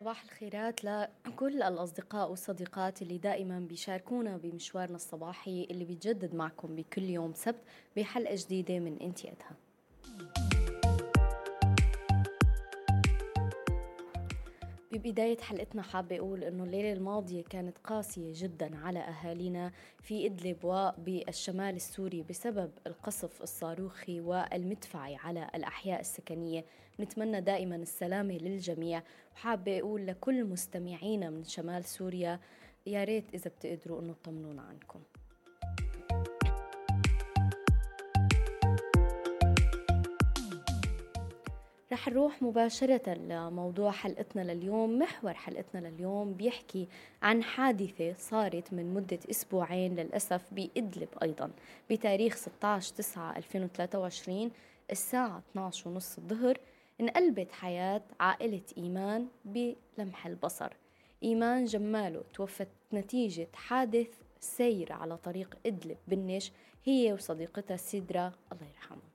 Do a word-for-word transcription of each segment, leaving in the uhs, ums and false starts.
صباح الخيرات لكل الأصدقاء والصديقات اللي دائما بيشاركونا بمشوارنا الصباحي اللي بيتجدد معكم بكل يوم سبت بحلقة جديدة من انتي أدهى. ببداية حلقتنا حابة أقول أنه الليلة الماضية كانت قاسية جدا على أهالينا في إدلب وبالشمال السوري بسبب القصف الصاروخي والمدفعي على الأحياء السكنية. نتمنى دائما السلامة للجميع، وحابة أقول لكل مستمعينا من شمال سوريا يا ريت إذا بتقدروا أنه تطمنونا عنكم. رح نروح مباشرة لموضوع حلقتنا لليوم. محور حلقتنا لليوم بيحكي عن حادثة صارت من مدة أسبوعين للأسف بإدلب أيضا بتاريخ ستة عشر تسعة ألفين وثلاثة وعشرين الساعة اثني عشر ونص الظهر. انقلبت حياة عائلة إيمان بلمح البصر. إيمان جماله توفت نتيجة حادث سير على طريق إدلب بنش هي وصديقتها سدرة الله يرحمها.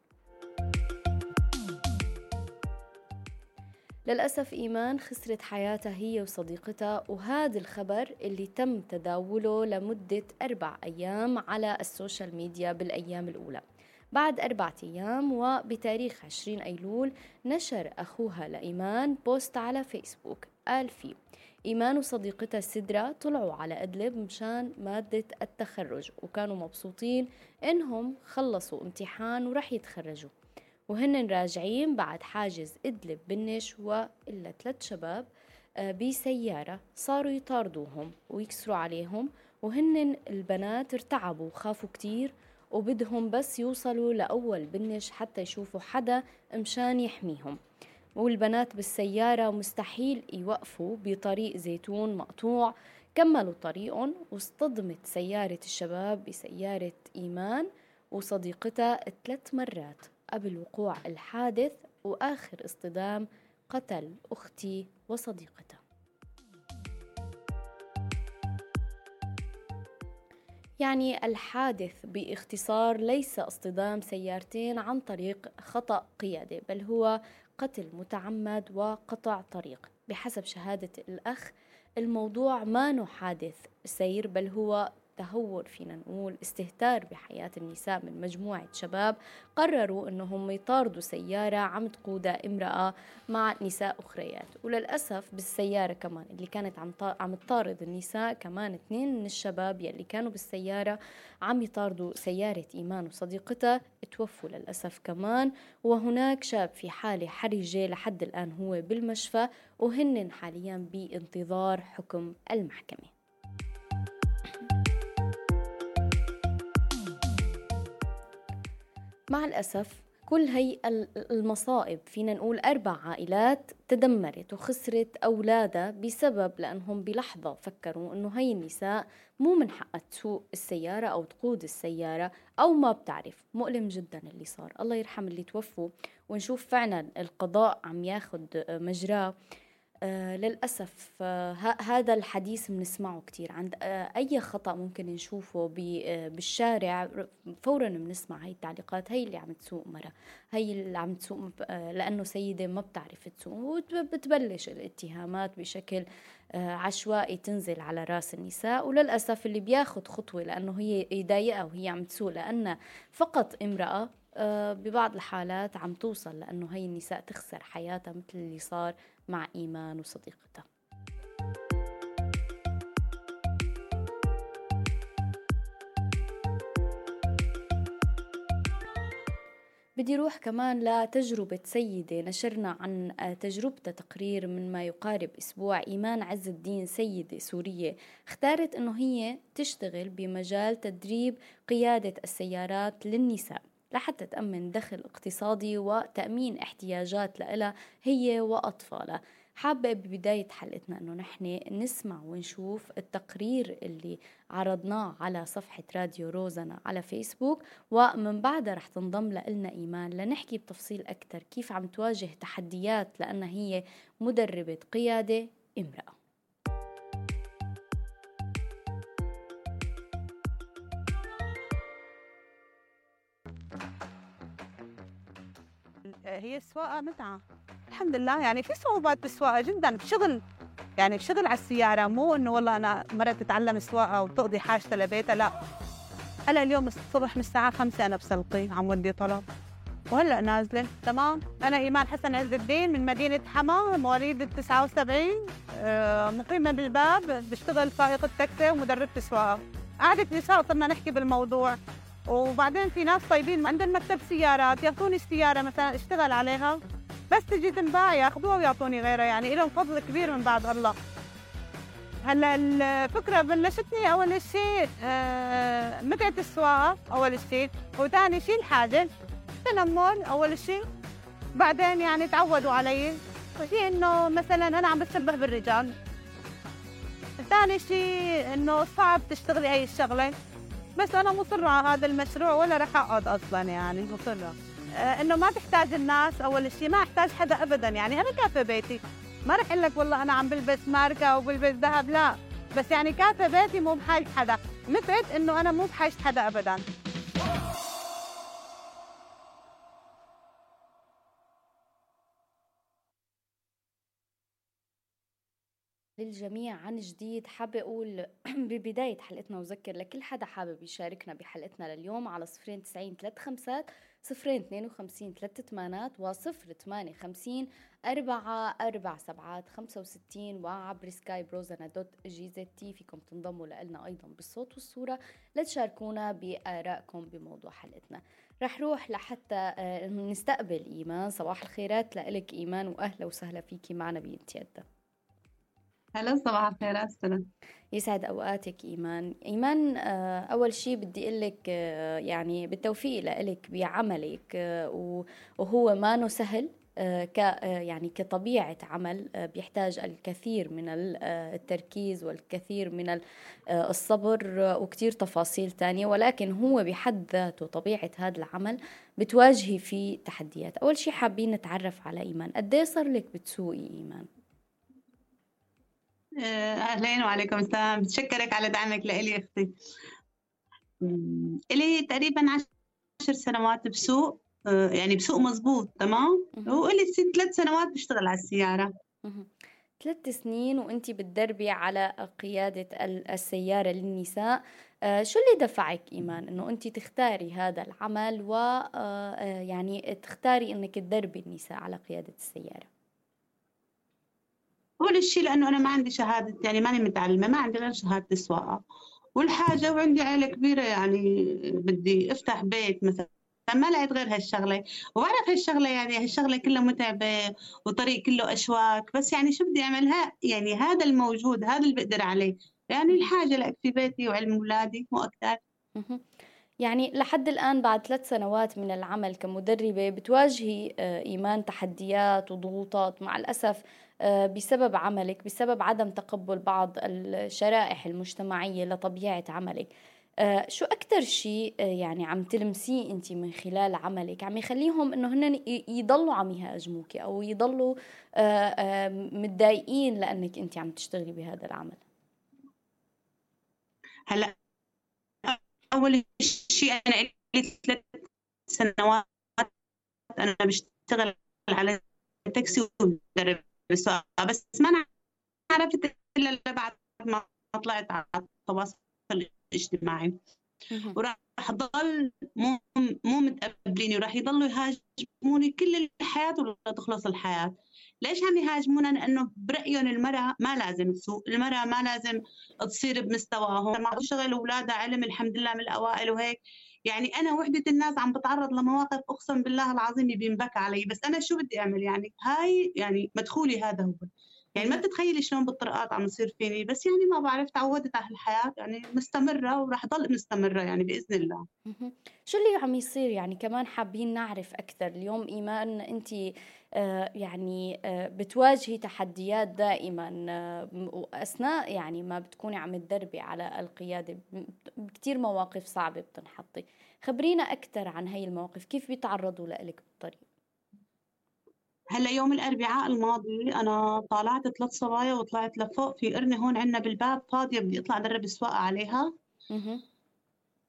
للأسف إيمان خسرت حياتها هي وصديقتها، وهذا الخبر اللي تم تداوله لمدة أربع أيام على السوشيال ميديا بالأيام الأولى. بعد أربعة أيام وبتاريخ عشرين أيلول نشر أخوها لإيمان بوست على فيسبوك قال فيه: إيمان وصديقتها سدرة طلعوا على إدلب مشان مادة التخرج، وكانوا مبسوطين إنهم خلصوا امتحان ورح يتخرجوا، وهن راجعين بعد حاجز إدلب بنش وإلا ثلاث شباب بسيارة صاروا يطاردوهم ويكسروا عليهم، وهن البنات ارتعبوا وخافوا كتير وبدهم بس يوصلوا لأول بنش حتى يشوفوا حدا مشان يحميهم، والبنات بالسيارة مستحيل يوقفوا بطريق زيتون مقطوع. كملوا طريقهم واصطدمت سيارة الشباب بسيارة إيمان وصديقتها ثلاث مرات قبل وقوع الحادث، وآخر اصطدام قتل أختي وصديقتها. يعني الحادث باختصار ليس اصطدام سيارتين عن طريق خطأ قيادة، بل هو قتل متعمد وقطع طريق. بحسب شهادة الأخ الموضوع ما نوع حادث سير، بل هو تهور، فينا نقول استهتار بحياة النساء من مجموعة شباب قرروا أنهم يطاردوا سيارة عم تقودها امرأة مع نساء أخريات. وللأسف بالسيارة كمان اللي كانت عم عم تطارد النساء كمان اثنين من الشباب يلي كانوا بالسيارة عم يطاردوا سيارة إيمان وصديقتها توفوا للأسف كمان. وهناك شاب في حالة حرجة لحد الآن هو بالمشفى، وهن حاليا بانتظار حكم المحكمة. مع الأسف كل هي المصائب فينا نقول أربع عائلات تدمرت وخسرت أولادها بسبب لأنهم بلحظة فكروا أنه هاي النساء مو من حقها تسوق السيارة أو تقود السيارة أو ما بتعرف. مؤلم جدا اللي صار، الله يرحم اللي توفوا، ونشوف فعلا القضاء عم ياخد مجراه. آه للأسف آه هذا الحديث بنسمعه كتير عند آه أي خطأ ممكن نشوفه آه بالشارع، فورا بنسمع هاي التعليقات: هاي اللي عم تسوق مرة، هاي اللي عم تسوق آه لأنه سيدة ما بتعرف تسوق، وبتبلش الاتهامات بشكل آه عشوائي تنزل على رأس النساء. وللأسف اللي بياخد خطوة لأنه هي يضايقها وهي عم تسوق لأنها فقط امرأة، آه ببعض الحالات عم توصل لأنه هاي النساء تخسر حياتها مثل اللي صار مع إيمان وصديقتها. بدي روح كمان لتجربة سيدة نشرنا عن تجربتها تقرير من ما يقارب أسبوع. إيمان عز الدين سيدة سورية اختارت أنه هي تشتغل بمجال تدريب قيادة السيارات للنساء لحتى تأمن دخل اقتصادي وتأمين احتياجات لها هي وأطفالها. حابة ببداية حلقتنا أنه نحن نسمع ونشوف التقرير اللي عرضناه على صفحة راديو روزانا على فيسبوك، ومن بعدها رح تنضم لنا إيمان لنحكي بتفصيل أكتر كيف عم تواجه تحديات لأنها هي مدربة قيادة امرأة. هي السواقة متعة الحمد لله، يعني في صعوبات بالسواقة جدا بشغل يعني الشغل على السيارة مو إنه والله أنا مرة تتعلم السواقة وتقضي حاجتها لبيتها، لأ. أنا اليوم الصبح من الساعة خمسة أنا بسلقي عم ودي طلب، وهلأ نازلة تمام. أنا إيمان حسن عز الدين من مدينة حما، مواليد التسعة وسبعين، آه، مقيمة بالباب، بشتغل سائقة تاكسي ومدربة سواقة. قعدت نساء صرنا نحكي بالموضوع، وبعدين في ناس طيبين عندهم مكتب سيارات يعطوني السيارة مثلا اشتغل عليها، بس تجي تنباع ياخذوها ويعطوني غيرها، يعني لهم فضل كبير من بعد الله. هلا الفكرة بلشتني أول شيء آه متعة السواقة أول شيء، وثاني شيء الحاجة تنمر أول شيء، بعدين يعني تعودوا علي. في إنه مثلا أنا عم بتشبه بالرجال. ثاني شيء إنه صعب تشتغلي هاي الشغلة، بس أنا مصرة على هذا المشروع ولا رح أقعد أصلا، يعني مصرة آه إنه ما تحتاج الناس. أول شيء ما أحتاج حدا أبدا، يعني أنا كافة بيتي، ما رح أقول لك والله أنا عم بلبس ماركة وبلبس ذهب، لا، بس يعني كافة بيتي مو بحاجة حدا، مثل إنه أنا مو بحاجة حدا أبدا. للجميع عن جديد حابة أقول ببداية حلقتنا وذكر لكل حدا حابب يشاركنا بحلقتنا لليوم على صفرين تسعين ثلاث خمسات صفرين اثنين وخمسين ثلاث ثمانات وصفر ثمانية خمسين أربعة أربع سبعات خمسة وستين، وعبر سكاي بروزانا دوت جي زد تي فيكم تنضموا لنا أيضا بالصوت والصورة لتشاركونا بآرائكم بموضوع حلقتنا. رح روح لحتى نستقبل إيمان. صباح الخيرات لإلك إيمان، وأهلا وسهلا فيكي معنا بانتيادا. هلا صباح الخير. السلام. يسعد أوقاتك إيمان. إيمان، أول شيء بدي أقولك يعني بالتوفيق لك بعملك، وهو ما سهل ك يعني كطبيعة عمل بيحتاج الكثير من التركيز والكثير من الصبر وكتير تفاصيل تانية، ولكن هو بحد ذاته طبيعة هذا العمل بتواجهي فيه تحديات. أول شيء حابين نتعرف على إيمان، قديه صار لك بتسوقي إيمان؟ أهلين وعليكم السلام، بتشكرك على دعمك لإلي أختي. إلي تقريبا عشر سنوات بسوق، يعني بسوق مزبوط تمام، وإلي ثلاث سنوات بشتغل على السيارة. ثلاث سنين وانتي بتدربي على قيادة السيارة للنساء. آه شو اللي دفعك إيمان إنه أنتي تختاري هذا العمل و آه يعني تختاري إنك تدربي النساء على قيادة السيارة؟ أول شيء لأنه أنا ما عندي شهادة، يعني ماني متعلمة، ما عندي غير شهادة السواقة، والحاجة وعندي عائلة كبيرة، يعني بدي أفتح بيت مثلا، ما لقيت غير هالشغلة، وبعرف هالشغلة يعني هالشغلة كلها متعبة وطريق كله أشواك، بس يعني شو بدي أعملها، يعني هذا الموجود هذا اللي بقدر عليه، يعني الحاجة لأكفي بيتي وعلم أولادي مو أكثر. يعني لحد الآن بعد ثلاث سنوات من العمل كمدربة بتواجهي إيمان تحديات وضغوطات مع الأسف بسبب عملك، بسبب عدم تقبل بعض الشرائح المجتمعية لطبيعة عملك. شو أكتر شيء يعني عم تلمسيه أنت من خلال عملك عم يخليهم إنه هن يضلوا عم يهاجموك أو يضلوا متضايقين لأنك أنت عم تشتغلي بهذا العمل؟ هلا أول شيء أنا لي ثلاث سنوات أنا بشتغل على تاكسي ومدرب سواقة، بس ما عرفت إلا بعد ما طلعت على التواصل الاجتماعي، وراح ضل مو مو متقبليني وراح يضلوا يهاجموني كل الحياة ولا تخلص الحياة. ليش عم يهاجمونا؟ لأنه برأيهم المرأة ما لازم تسوق، المرأة ما لازم تصير بمستواهم، ما تشتغل أولادها علم الحمد لله من الأوائل وهيك. يعني أنا وحدة الناس عم بتعرض لمواقف أقسم بالله العظيم بينبكى علي، بس أنا شو بدي أعمل؟ يعني هاي يعني مدخولي هذا هو، يعني ما بتتخيلي شلون بالطرقات عم يصير فيني، بس يعني ما بعرف، تعودت على الحياة، يعني مستمرة وراح ضل مستمرة يعني بإذن الله. شو اللي عم يصير؟ يعني كمان حابين نعرف أكثر اليوم. إيمان، أنت آه يعني آه بتواجهي تحديات دائما آه أثناء يعني ما بتكوني عم تدربي على القيادة، كتير مواقف صعبة بتنحطي. خبرينا أكثر عن هاي المواقف، كيف بيتعرضوا لك بالطريق؟ هلا يوم الأربعاء الماضي أنا طالعت ثلاث صبايا وطلعت لفوق في قرنة هون عندنا بالباب فاضية، بدي أطلع أدرب السواقة عليها.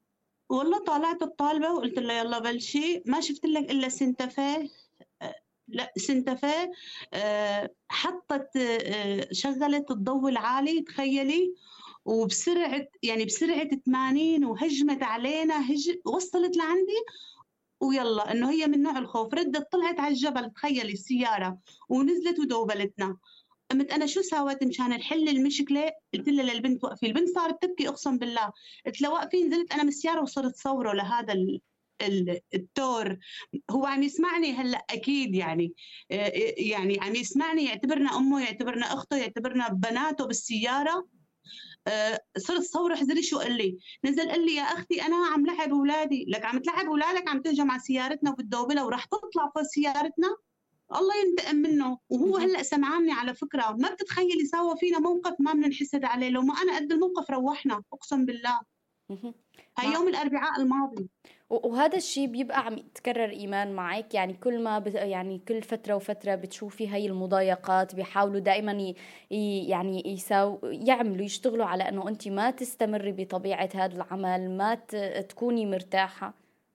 والله طالعت الطالبة وقلت له يلا بلشي، ما شفت لك إلا سنتفة لا سنتفه آه، حطت آه، شغلت الضوء العالي تخيلي، وبسرعة يعني بسرعة ثمانين وهجمت علينا، هج... وصلت لعندي، ويلا انه هي من نوع الخوف، ردت طلعت على الجبل تخيلي السيارة ونزلت ودوبلتنا. قمت انا شو سويت مشان نحل المشكله؟ قلت لها للبنت وقفي، البنت صارت تبكي اقسم بالله، قلت لها وقفي، نزلت انا من السياره وصرت صوره لهذا ال... ال- التور. هو عم يسمعني هلا اكيد يعني، آه، يعني عم يسمعني، يعتبرنا امه، يعتبرنا اخته، يعتبرنا بناته بالسياره. آه، صرت صوره، احذري شو قال لي، نزل قال لي يا اختي انا عم لعب اولادي. لك عم تلعب اولادك، عم تهجم على سيارتنا وبتدوبلها وراح تطلع فوق سيارتنا، الله ينتقم منه. وهو مهم. هلا سمعاني على فكره، ما بتتخيلي سوى فينا موقف ما بننحسد عليه، لو ما انا قد الموقف روحنا اقسم بالله. مهم. هاي مع يوم الاربعاء الماضي. و- وهذا الشيء بيبقى عم يتكرر إيمان معك، يعني كل ما بت... يعني كل فترة وفترة بتشوفي هاي المضايقات، بيحاولوا دائما ي... ي- يعني يساو... يعملوا يشتغلوا على أنه أنت ما تستمري بطبيعة هذا العمل، ما ت... تكوني مرتاحة.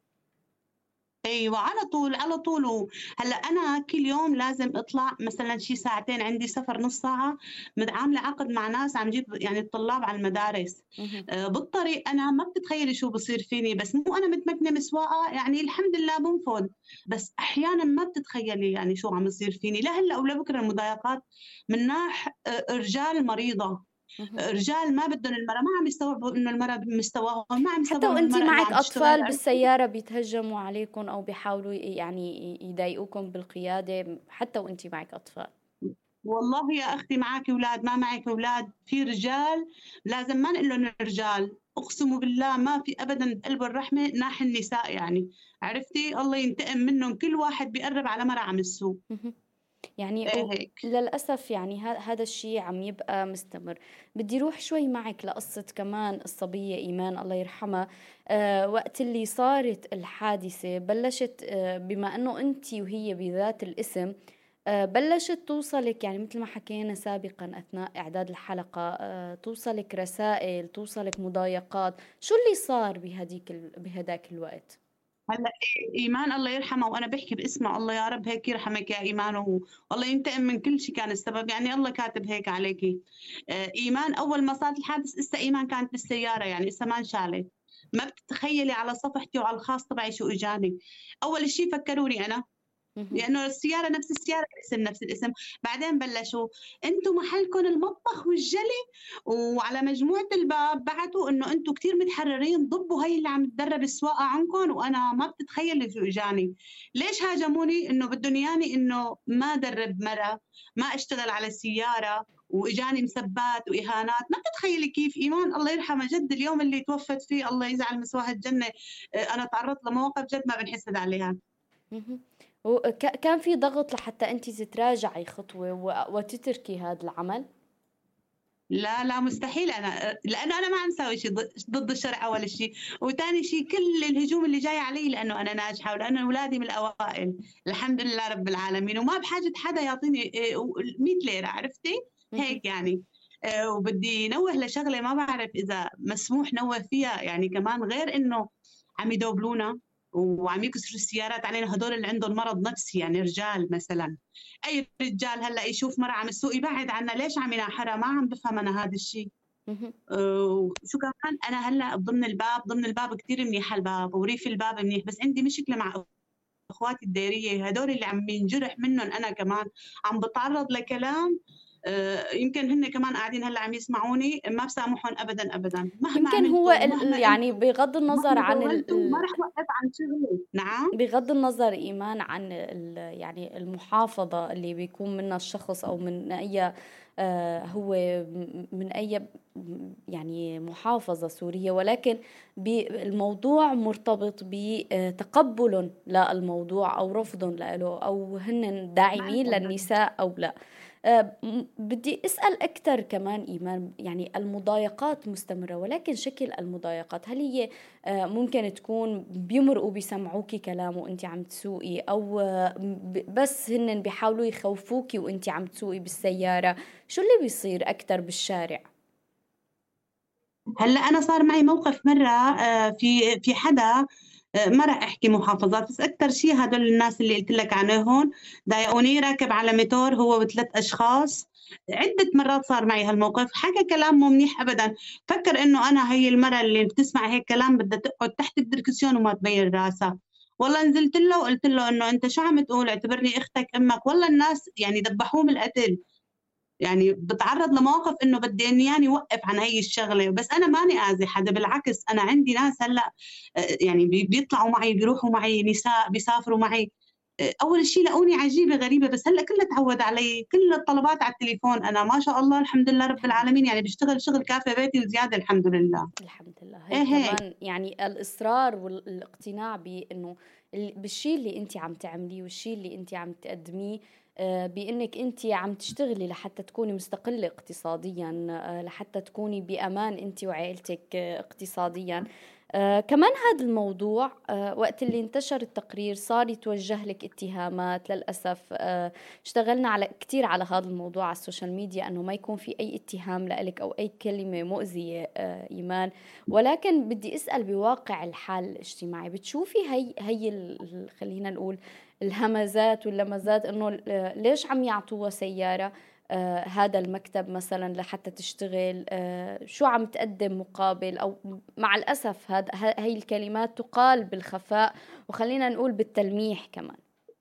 ايوه على طول على طول. هلا انا كل يوم لازم اطلع مثلا شي ساعتين، عندي سفر نص ساعه، مد- عامله عقد مع ناس عم جيب يعني الطلاب على المدارس. مهم. آه، بالطريق انا ما بتتخيلي شو بصير فيني، بس مو انا متمكنه مسواقه يعني الحمد لله بنفذ، بس احيانا ما بتتخيلي يعني شو عم يصير فيني لهلا ولا بكره. المضايقات من ناح آه، رجال مريضه، مهم. رجال ما بدهم المرأة، ما عم يستوعبوا انه المرأة بمستواهم، ما عم حتى يستوعبوا وانتي المرأة انه معك عم تشتغل. أطفال بالسيارة بيتهجموا عليكم أو بيحاولوا ي- يعني ي- يضايقوكم بالقيادة، حتى وانتي معك أطفال. والله يا اختي معك اولاد ما معك اولاد، في رجال لازم ما نقول لهم رجال، اقسم بالله ما في ابدا بقلب الرحمه ناح النساء يعني، عرفتي؟ الله ينتقم منهم، كل واحد بيقرب على مرة عم السوق. مهم. يعني ايه و- هيك. للأسف يعني ه- هذا الشيء عم يبقى مستمر. بدي روح شوي معك لقصة كمان الصبية إيمان الله يرحمها. أه وقت اللي صارت الحادثة بلشت، أه بما أنه أنت وهي بذات الاسم، أه بلشت توصلك، يعني مثل ما حكينا سابقا أثناء إعداد الحلقة، أه توصلك رسائل، توصلك مضايقات، شو اللي صار بهديك ال... بهداك الوقت؟ هلا ايمان الله يرحمها، وانا بحكي باسمها، الله يا رب هيك يرحمك يا ايمان، و- والله ينتقم من كل شيء كان السبب، يعني الله كاتب هيك عليكي. آه، ايمان اول ما صار الحادث اسا ايمان كانت بالسياره، يعني اسا ما انشالت، ما بتتخيلي على صفحتي وعلى الخاص تبعي شو اجاني. اول شيء فكروني انا، مهم. لانه السياره نفس السياره، الاسم نفس الاسم. بعدين بلشوا انتم محلكم المطبخ والجلي، وعلى مجموعه الباب بعتوا انه انتم كثير متحررين، ضبوا هي اللي عم تدرب السواقه عنكم. وانا ما بتتخيل شو اجاني، ليش هاجموني؟ انه بدهم اياني انه ما درب مره، ما اشتغل على السياره، واجاني مسبات واهانات. ما بتتخيلي كيف ايمان الله يرحمها جد اليوم اللي توفت فيه الله يجعل مسواها الجنه. آه، انا تعرضت لمواقف جد ما بنحسد عليها. مهم. وك- كان في ضغط لحتى انت تتراجعي خطوة و- وتتركي هذا العمل؟ لا لا مستحيل، انا لانه انا ما عم سوي شيء ضد ضد الشرع اول شيء، وثاني شيء كل الهجوم اللي جاي علي لانه انا ناجحه، ولانه اولادي من الاوائل الحمد لله رب العالمين، وما بحاجه حدا يعطيني مية ليره، عرفتي؟ مهم. هيك يعني. آه، وبدي نوه لشغله ما بعرف اذا مسموح نوه فيها يعني كمان، غير انه عم يدوبلونا وعم يكسروا السيارات علينا، هدول اللي عندهم مرض نفسي يعني رجال مثلا، اي رجال هلا يشوف مرة عم السوق يبعد عنا، ليش عم يناحرها؟ ما عم بفهم انا هذا الشيء. مهم. أه، وشو كمان انا هلا ضمن الباب، ضمن الباب كثير منيح الباب وريف الباب منيح، بس عندي مشكله مع اخواتي الديريه، هدول اللي عم ينجرح منهم انا كمان، عم بتعرض لكلام. أه، يمكن هن كمان قاعدين هلا عم يسمعوني، ما بسامحهم ابدا ابدا، مهما يمكن هو عملتوا ال- ومهما ال- يعني قلتوا بغض النظر ومهما عن ال دولتوا ما ال- رح وقف عن شغلي. نعم. بغض النظر إيمان عن ال يعني المحافظة اللي بيكون منها الشخص، أو من أي آه، هو م- من أي م- يعني محافظة سورية، ولكن الموضوع مرتبط بتقبل للموضوع أو رفض له، أو هن داعمين للنساء أو لا. آه، م- بدي أسأل أكثر كمان إيمان، يعني المضايقات مستمرة، ولكن شكل المضايقات هل هي آه، ممكن تكون بيمرقوا بيسمعوكي كلام وانت عم تسوقي، او آه، ب- بس هن بيحاولوا يخوفوكي وانت عم تسوقي بالسيارة؟ شو اللي بيصير اكتر بالشارع؟ هلا انا صار معي موقف مره، آه، في في حدا ما راح احكي محافظات، بس اكثر شيء هدول الناس اللي قلت لك عنهم ضايقوني. راكب على موتور هو وثلاث اشخاص، عدة مرات صار معي هالموقف، حكى كلام مو منيح ابدا. فكر انه انا هي المرة اللي بتسمع هيك كلام بدها تقعد تحت الدركسيون وما تبين راسها. والله نزلت له وقلت له انه انت شو عم تقول، اعتبرني اختك امك. والله الناس يعني ذبحوه من القتل. يعني بتعرض لمواقف انه بدي اني يعني وقف عن هي الشغله، بس انا ماني اذي حدا، بالعكس انا عندي ناس هلا آه، يعني بي- بيطلعوا معي، بيروحوا معي، نساء بيسافروا معي. آه، اول شيء لقوني عجيبه غريبه، بس هلا كلها تعود علي، كل الطلبات على التليفون. انا ما شاء الله الحمد لله رب الحمد العالمين، لله. يعني بشتغل شغل كافي بيتي وزياده الحمد لله. الحمد لله. ايه هي هيك. كمان يعني الإصرار والاقتناع بأنه ال- بالشيء اللي أنت عم تعمليه والشيء اللي أنت عم تقدميه، آه، بأنك أنت عم تشتغلي لحتى تكوني مستقلة اقتصاديا، آه، لحتى تكوني بأمان أنت وعائلتك آه، اقتصاديا. آه كمان هذا الموضوع آه وقت اللي انتشر التقرير صار يتوجه لك اتهامات للأسف. آه اشتغلنا على كتير على هذا الموضوع على السوشيال ميديا، أنه ما يكون في أي اتهام لك أو أي كلمة مؤذية آه إيمان. ولكن بدي أسأل بواقع الحال الاجتماعي، بتشوفي هي هي ال- خلينا نقول الهمزات واللمزات، أنه آه، ليش عم يعطوها سيارة آه هذا المكتب مثلا لحتى تشتغل، آه شو عم تقدم مقابل، أو مع الأسف هذا هاي الكلمات تقال بالخفاء، وخلينا نقول بالتلميح كمان.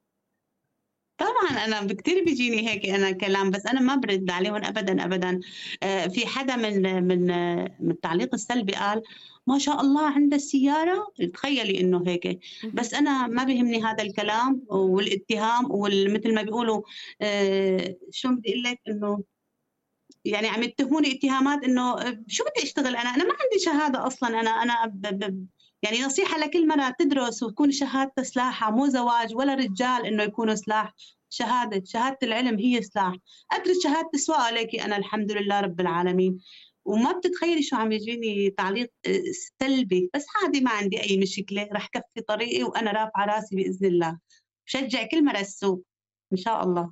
طبعا انا كثير بيجيني هيك انا كلام، بس انا ما برد عليهم ابدا ابدا. آه، في حدا من من آه، من التعليق السلبي قال ما شاء الله عندها السياره، تخيلي انه هيك. مهم. بس انا ما بيهمني هذا الكلام والاتهام، ومثل ما بيقولوا آه، شو بدي اقول لك، انه يعني عم يتهموني اتهامات انه آه، شو بدي اشتغل انا انا ما عندي شهاده اصلا. انا انا ب ب يعني نصيحه لكل مرة تدرس وتكون شهادتها سلاحها، مو زواج ولا رجال انه يكونوا سلاح. شهاده شهاده العلم هي سلاح. ادرس شهاده السواقه عليكي انا الحمد لله رب العالمين. وما بتتخيلي شو عم يجيني تعليق آه، سلبي، بس عادي ما عندي اي مشكله، رح كفي طريقي وانا رافعه راسي باذن الله. بشجع كل مرة السوق ان شاء الله.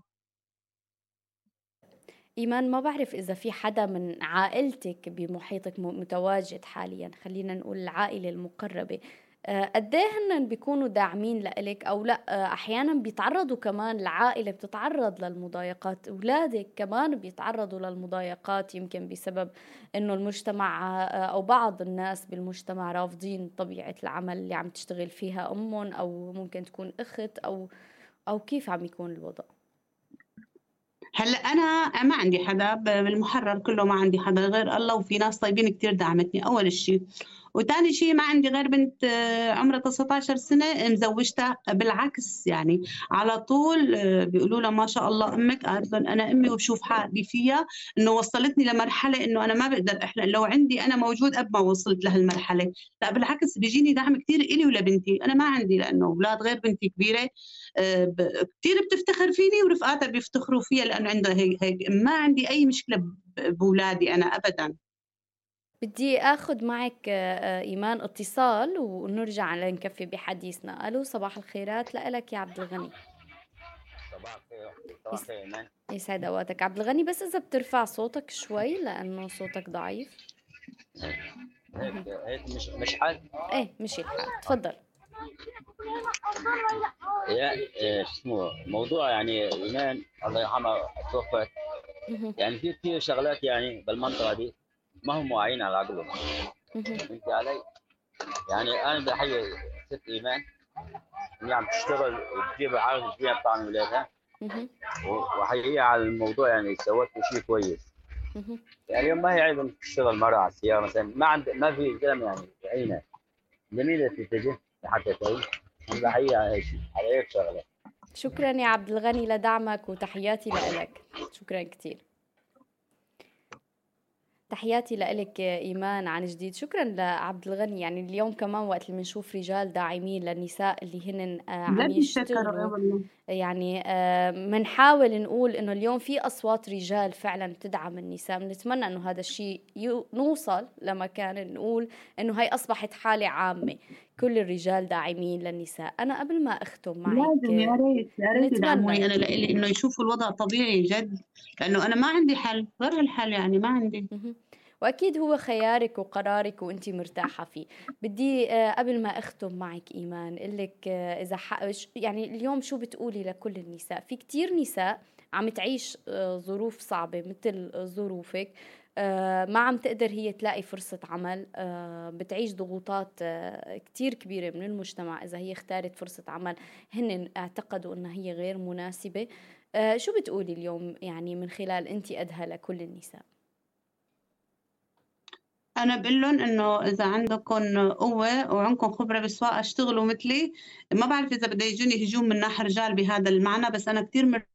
إيمان، ما بعرف إذا في حدا من عائلتك بمحيطك م- متواجد حاليا، خلينا نقول العائلة المقربة، آه، قد ايه هن بيكونوا داعمين لإلك أو لا؟ آه، أحيانا بيتعرضوا كمان، العائلة بتتعرض للمضايقات، أولادك كمان بيتعرضوا للمضايقات، يمكن بسبب إنه المجتمع آه، أو بعض الناس بالمجتمع رافضين طبيعة العمل اللي عم تشتغل فيها أمهم، أو ممكن تكون أخت، أو أو كيف عم يكون الوضع؟ هلا انا ما عندي حدا بالمحرر كله، ما عندي حدا غير الله، وفي ناس طيبين كتير دعمتني اول شيء. وتاني شيء ما عندي غير بنت آه، عمرها تسعة عشر سنة مزوجتها. بالعكس يعني على طول آه، بيقولوا لها ما شاء الله امك. قالت لهم انا امي وبشوف حالي فيها، انه وصلتني لمرحلة انه انا ما بقدر احلم لو عندي انا موجود اب ما وصلت لهالمرحلة. لا بالعكس بيجيني دعم كتير الي ولبنتي. انا ما عندي لانه اولاد غير بنتي كبيرة آه، ب- كتير بتفتخر فيني ورفقاتها بيفتخروا فيها لانه عندها هيك هيك. ما عندي اي مشكلة ب- بولادي انا ابدا. بدي اخذ معك آه، آه، ايمان اتصال ونرجع لنكفي بحديثنا. الو، صباح الخيرات لك يا عبد الغني. صباح الخير أختي. صباح يس- الخير إيمان. يسعد اوقاتك عبد الغني، بس اذا بترفع صوتك شوي لانه صوتك ضعيف. هيك مهم. هيك مش مش حل. ايه مشي الحال، تفضل. يا إيه، شو اسمه موضوع يعني إيمان الله يرحمها توفت. مهم. يعني في كثير شغلات يعني بالمنطقة دي ما هم واعيين على عقلهم. مهم. فهمتي علي؟ يعني أنا بحيي ست إيمان إن هي عم تشتغل وتجيب عارف تجيب طعم ولادها، مهم. وأحييها على الموضوع يعني سوت شيء كويس. مهم. يعني اليوم ما هي عيب إنك تشتغل مرة على السيارة مثلا، ما عند ما في زلمة يعني بعينه جميلة تتجه لحتى تعيش. أنا مهم. بحيي على هيك شيء، على هيك شغلة. شكرا يا عبد الغني لدعمك، وتحياتي لك. شكرا كتير. تحياتي لك إيمان عن جديد. شكرا لعبد الغني. يعني اليوم كمان وقت اللي بنشوف رجال داعمين للنساء اللي هن آه، عم جد بتشكروا ايه يشتغلوا، والله. يعني بنحاول نقول إنه اليوم في أصوات رجال فعلا بتدعم النساء. بنتمنى إنه هذا الشيء يو- نوصل لمكان نقول إنه هي أصبحت حالة عامة، كل الرجال داعمين للنساء. أنا قبل ما أختم معك لازم يا آه، ريت يا ريت يدعموني نتمنى. انا لإلي انه يشوفوا الوضع طبيعي جد، لانه انا ما عندي حل غير هالحل، يعني ما عندي. مهم. وأكيد هو خيارك وقرارك وأنت مرتاحة فيه. بدي آه، قبل ما أختم معك إيمان قلك آه، إذا ح... يعني اليوم شو بتقولي لكل النساء؟ في كتير نساء عم تعيش آه، ظروف صعبة مثل ظروفك، آه، ما عم تقدر هي تلاقي فرصة عمل، آه، بتعيش ضغوطات آه، كتير كبيرة من المجتمع إذا هي اختارت فرصة عمل هن اعتقدوا أنها هي غير مناسبة. آه، شو بتقولي اليوم يعني من خلال أنت أدهى لكل النساء؟ أنا بقول لهم إنه إذا عندكم قوة وعندكم خبرة بالسواقة اشتغلوا مثلي. ما بعرف إذا بده يجوني هجوم من ناحية رجال بهذا المعنى، بس أنا كتير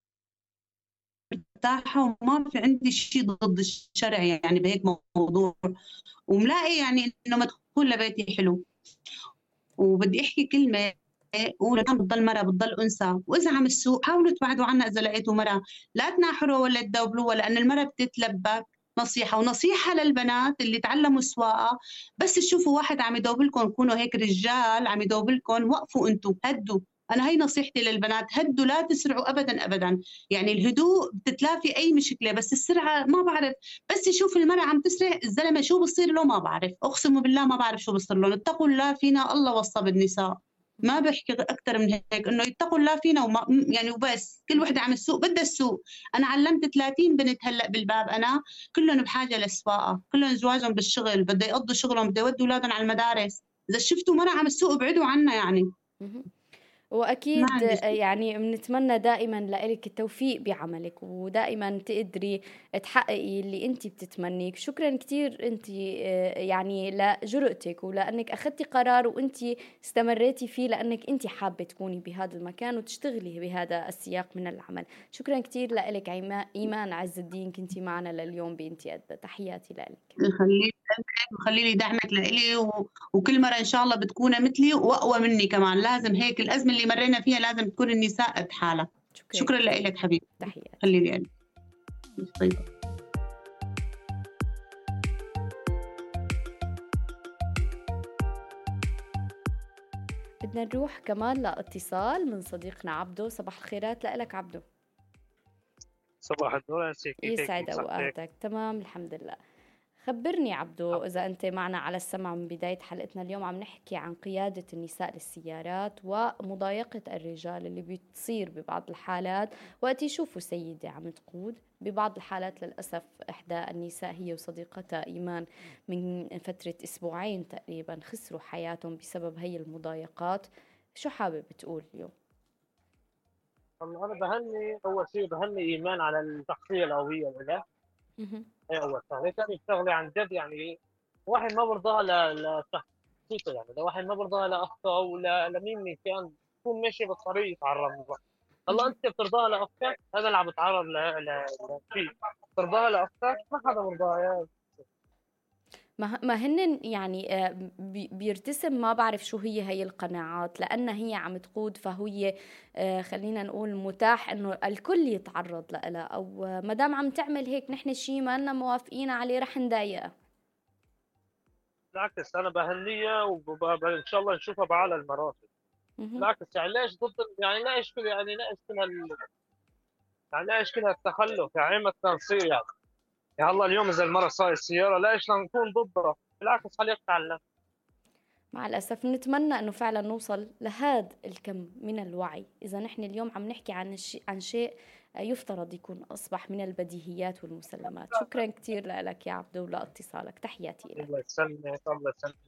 مرتاحة وما في عندي شيء ضد الشرع يعني بهيك موضوع، وملاقي يعني إنه مدخول لبيتي حلو. وبدي أحكي كلمة، ولما بتضل مرة بتضل أنثى، وإذا عم السوق حاولوا تبعدوا عنها إذا لقيتوا مرة، لا تناحروا ولا تدوبلوها، لأن المرة بتتلبك. نصيحة ونصيحة للبنات اللي تعلموا السواقة، بس تشوفوا واحد عم يدوبلكم كونوا هيك رجال عم يدوبلكم، وقفوا انتوا هدوا. أنا هي نصيحتي للبنات، هدوا لا تسرعوا أبدا أبدا. يعني الهدوء بتتلافي أي مشكلة، بس السرعة ما بعرف. بس يشوف المرأة عم تسرع، الزلمة شو بصير له ما بعرف، أقسم بالله ما بعرف شو بصير لهم. اتقوا الله فينا، الله وصى بالنساء. ما بحكي أكثر من هيك، إنه يتقوا الله فينا وما يعني وبس. كل وحدة عم السوق بدها السوق. أنا علمت ثلاثين بنت هلأ بالباب، أنا كلهم بحاجة للسواقة، كلهم زواجهم بالشغل، بده يقضوا شغلهم، بده يودوا أولادهم على المدارس. إذا شفتوا مرة عم السوق ابعدوا عنا يعني. ما وأكيد عندي شيء. يعني بنتمنى دائما لك التوفيق بعملك، ودائما تقدري تحققي اللي انت بتتمنيه. شكرا كتير انت يعني لجرأتك ولأنك أخذتي قرار وانت استمريتي فيه، لأنك انت حابة تكوني بهذا المكان وتشتغلي بهذا السياق من العمل. شكرا كتير لك إيمان عز الدين، كنتي معنا لليوم بنتي أدى. تحياتي لك. خليلي قلبك وخلي لي دعمك لإلي و... وكل مرة إن شاء الله بتكوني مثلي وأقوى مني كمان. لازم هيك الأزمة اللي مرينا فيها لازم تكون النساء قد حالها. شكرا, شكرا شكرا لك حبيبي. تحياتي. خلي لي قلبك. طيب. بدنا نروح كمان لاتصال من صديقنا عبدو. صباح الخيرات لك عبدو. صباح النور. يسعد أوقاتك. تمام الحمد لله. خبرني عبدو إذا أنت معنا على السمع من بداية حلقتنا اليوم. عم نحكي عن قيادة النساء للسيارات ومضايقة الرجال اللي بتصير ببعض الحالات وقت يشوفوا سيدة عم تقود. ببعض الحالات للأسف إحدى النساء هي وصديقتها إيمان من فترة أسبوعين تقريبا خسروا حياتهم بسبب هي المضايقات. شو حابب تقول اليوم؟ أنا بهني أول شيء بهني إيمان على الشخصية القوية له. هي أول شغلة. ثاني شغلة عن جد يعني واحد ما برضاها لشخصيته، يعني لو واحد ما برضاها لأخته أو لمين كان تكون ماشي بالطريق يتعرض له. هلا أنت بترضاها لأختك، هذا اللي عم بتعرض ل فيه. بترضاها لأختك ما حدا برضاها. ما هن يعني بيرتسم ما بعرف شو هي هي القناعات، لأن هي عم تقود فهي خلينا نقول متاح إنه الكل يتعرض لها، أو مدام عم تعمل هيك نحن شيء ما لنا موافقين عليه رح نضايقها. بالعكس أنا بهنيها وإن شاء الله نشوفها بعلى المراتب. بالعكس يعني ليش ضد يعني ليش كل يعني ليش كل هال يعني ليش كل هالتخلف يعني ما نصير يعني يا الله اليوم إذا المرة صار السيارة ليش نكون ضدها؟ بالعكس خليها تتعلم. مع الأسف نتمنى أنه فعلا نوصل لهذا الكم من الوعي. إذا نحن اليوم عم نحكي عن الشيء عن شيء يفترض يكون أصبح من البديهيات والمسلمات. شكرا كثير لك يا عبدو لاتصالك. تحياتي لك. الله يسلمك. الله يسلمك.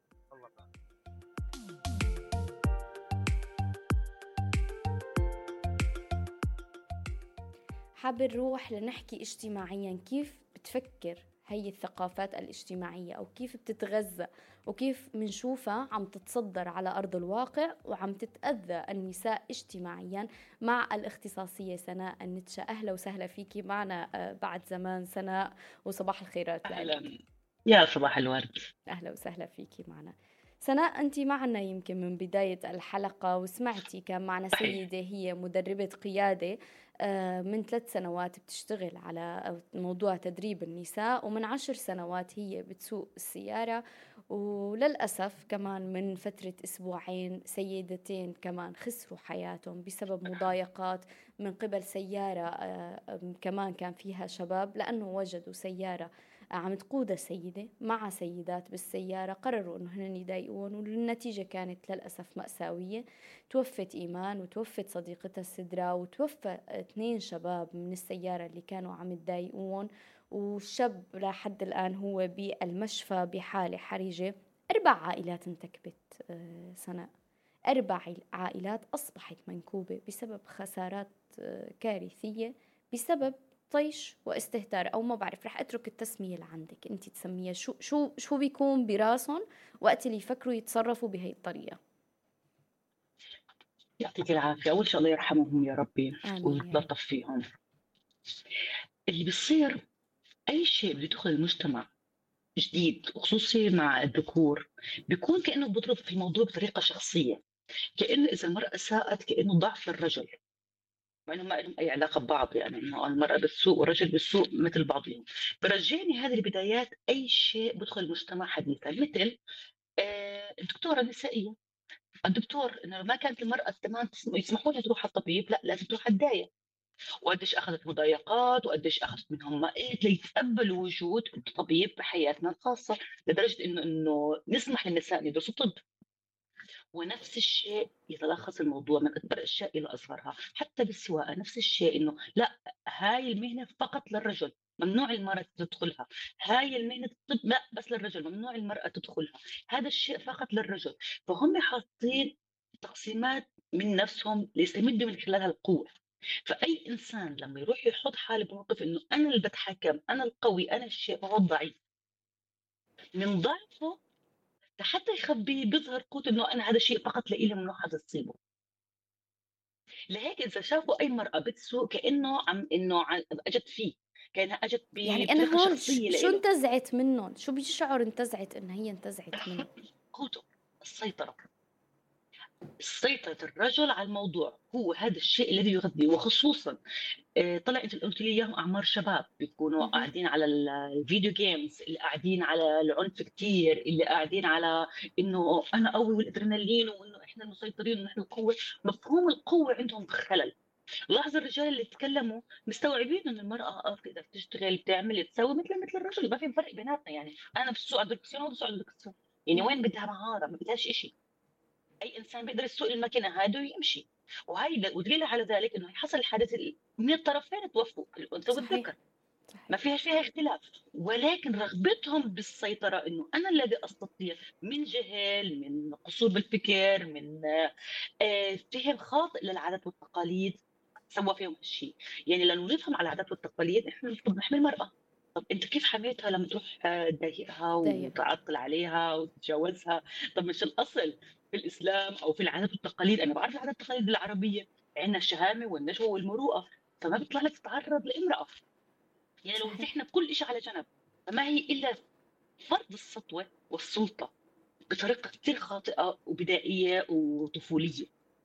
حابة نروح لنحكي اجتماعيا كيف بتفكر هي الثقافات الاجتماعية، أو كيف بتتغذى وكيف منشوفها عم تتصدر على أرض الواقع وعم تتأذى النساء اجتماعيا مع الاختصاصية سناء النتشا. أهلا وسهلا فيكي معنا بعد زمان سناء، وصباح الخيرات. أهلا يا صباح الورد. أهلا وسهلا فيكي معنا سناء. أنت معنا يمكن من بداية الحلقة وسمعتي كان معنا سيدة هي مدربة قيادة من ثلاث سنوات بتشتغل على موضوع تدريب النساء، ومن عشر سنوات هي بتسوق السيارة. وللأسف كمان من فترة أسبوعين سيدتين كمان خسروا حياتهم بسبب مضايقات من قبل سيارة كمان كان فيها شباب، لأنه وجدوا سيارة عم تقودها سيدة مع سيدات بالسيارة، قرروا أنه هن يضايقون، والنتيجة كانت للأسف مأساوية. توفت إيمان وتوفت صديقتها سدرة، وتوفى اثنين شباب من السيارة اللي كانوا عم يضايقون، والشاب لحد الآن هو بالمشفى بحالة حرجة. أربع عائلات انتكبت سناء، أربع عائلات أصبحت منكوبة بسبب خسارات كارثية، بسبب طيش واستهتار، أو ما بعرف، رح أترك التسمية لعندك أنت تسميها شو شو شو بيكون براسهم وقت اللي يفكروا يتصرفوا بهي الطريقة. يعطيك العافية. أول شيء الله يرحمهم يا ربي آمين يا رب. ويتلطف فيهم. اللي بيصير أي شيء بده يدخل المجتمع جديد وخصوصي مع الذكور بيكون كأنه بيضرب في الموضوع بطريقة شخصية، كأنه إذا المرأة ساءت كأنه ضعف للرجل، مع إنه ما لهم أي علاقة ببعض، يعني إنه المرأة بالسوء والرجل بالسوء مثل بعضهم. برجعني هذه البدايات أي شيء بدخل المجتمع حديثا، مثل آه الدكتورة النسائية. الدكتور إنه ما كانت المرأة تمام يسمحوا لها تروح على الطبيب، لا لازم تروح على الداية. وقديش أخذت مضايقات وقديش أخذت منهم مقيت ليتقبلوا وجود الطبيب بحياتنا الخاصة، لدرجة إنه إنه نسمح للنساء أن يدرسوا طب. ونفس الشيء يتلخص الموضوع من أكبر الأشياء إلى أصغرها، حتى بالسواقة نفس الشيء، إنه لا هاي المهنة فقط للرجل ممنوع المرأة تدخلها، هاي المهنة الطب لا بس للرجل ممنوع المرأة تدخلها، هذا الشيء فقط للرجل. فهم حاطين تقسيمات من نفسهم ليستمدوا من خلالها القوة. فأي إنسان لما يروح يحط حاله بموقف إنه أنا اللي بتحكم، أنا القوي، أنا الشيء، فهو الضعيف. من ضعفه لحتى يخبيه بيظهر قوته إنه أنا هذا الشيء فقط لإلي ممنوع حدا تصيبه. لهيك إذا شافوا أي مرأة بتسوق كأنه عم إنه ع- أجت فيه، كأنها أجت يعني أنا بطريقة هون ش- شخصية شو لإله. انتزعت منهم؟ شو بيشعر انتزعت إن هي انتزعت منه؟ قوته، السيطرة. سيطرة الرجل على الموضوع هو هذا الشيء الذي يغذيه. وخصوصا آه، طلع انت قلت لي اياهم اعمار شباب بيكونوا مهم. قاعدين على ال- الفيديو جيمز، اللي قاعدين على العنف كتير، اللي قاعدين على انه انا قوي والادرينالين وانه احنا المسيطرين ونحن القوه. مفهوم القوه عندهم خلل. لاحظ الرجال اللي تكلموا مستوعبين انه المراه اه بتقدر تشتغل بتعمل تسوي مثل مثل الرجل، ما في فرق بيناتنا. يعني انا بسوق على الدركسيون وهو بسوق على الدركسيون، يعني وين بدها مهاره؟ ما بدهاش شيء. اي انسان بيقدر يسوق الماكينه هذه ويمشي. وهي ودليل على ذلك انه حصل الحادث من الطرفين توفوا الانثى والذكر، صحيح ما صحيح. فيها فيها اختلاف. ولكن رغبتهم بالسيطره انه انا الذي استطيع، من جهل، من قصور بالفكر، من آه، فهم خاطئ للعادات والتقاليد سوى فيهم هالشيء. يعني لو نفهم على العادات والتقاليد احنا المفروض نحمي المراه. طب انت كيف حميتها لما تروح آه، تضايقها ضايقها. وتعطل عليها وتتجاوزها؟ طب مش الاصل في الاسلام او في العادات والتقاليد؟ انا بعرف العادات والتقاليد العربيه عندنا الشهامه والنجوى والمروءه، فما بيطلع لك تتعرض لامراه. يعني لو صحيح. زحنا كل شيء على جنب، فما هي الا فرض السطوه والسلطه بطريقه كثير خاطئه وبدائيه وطفوليه.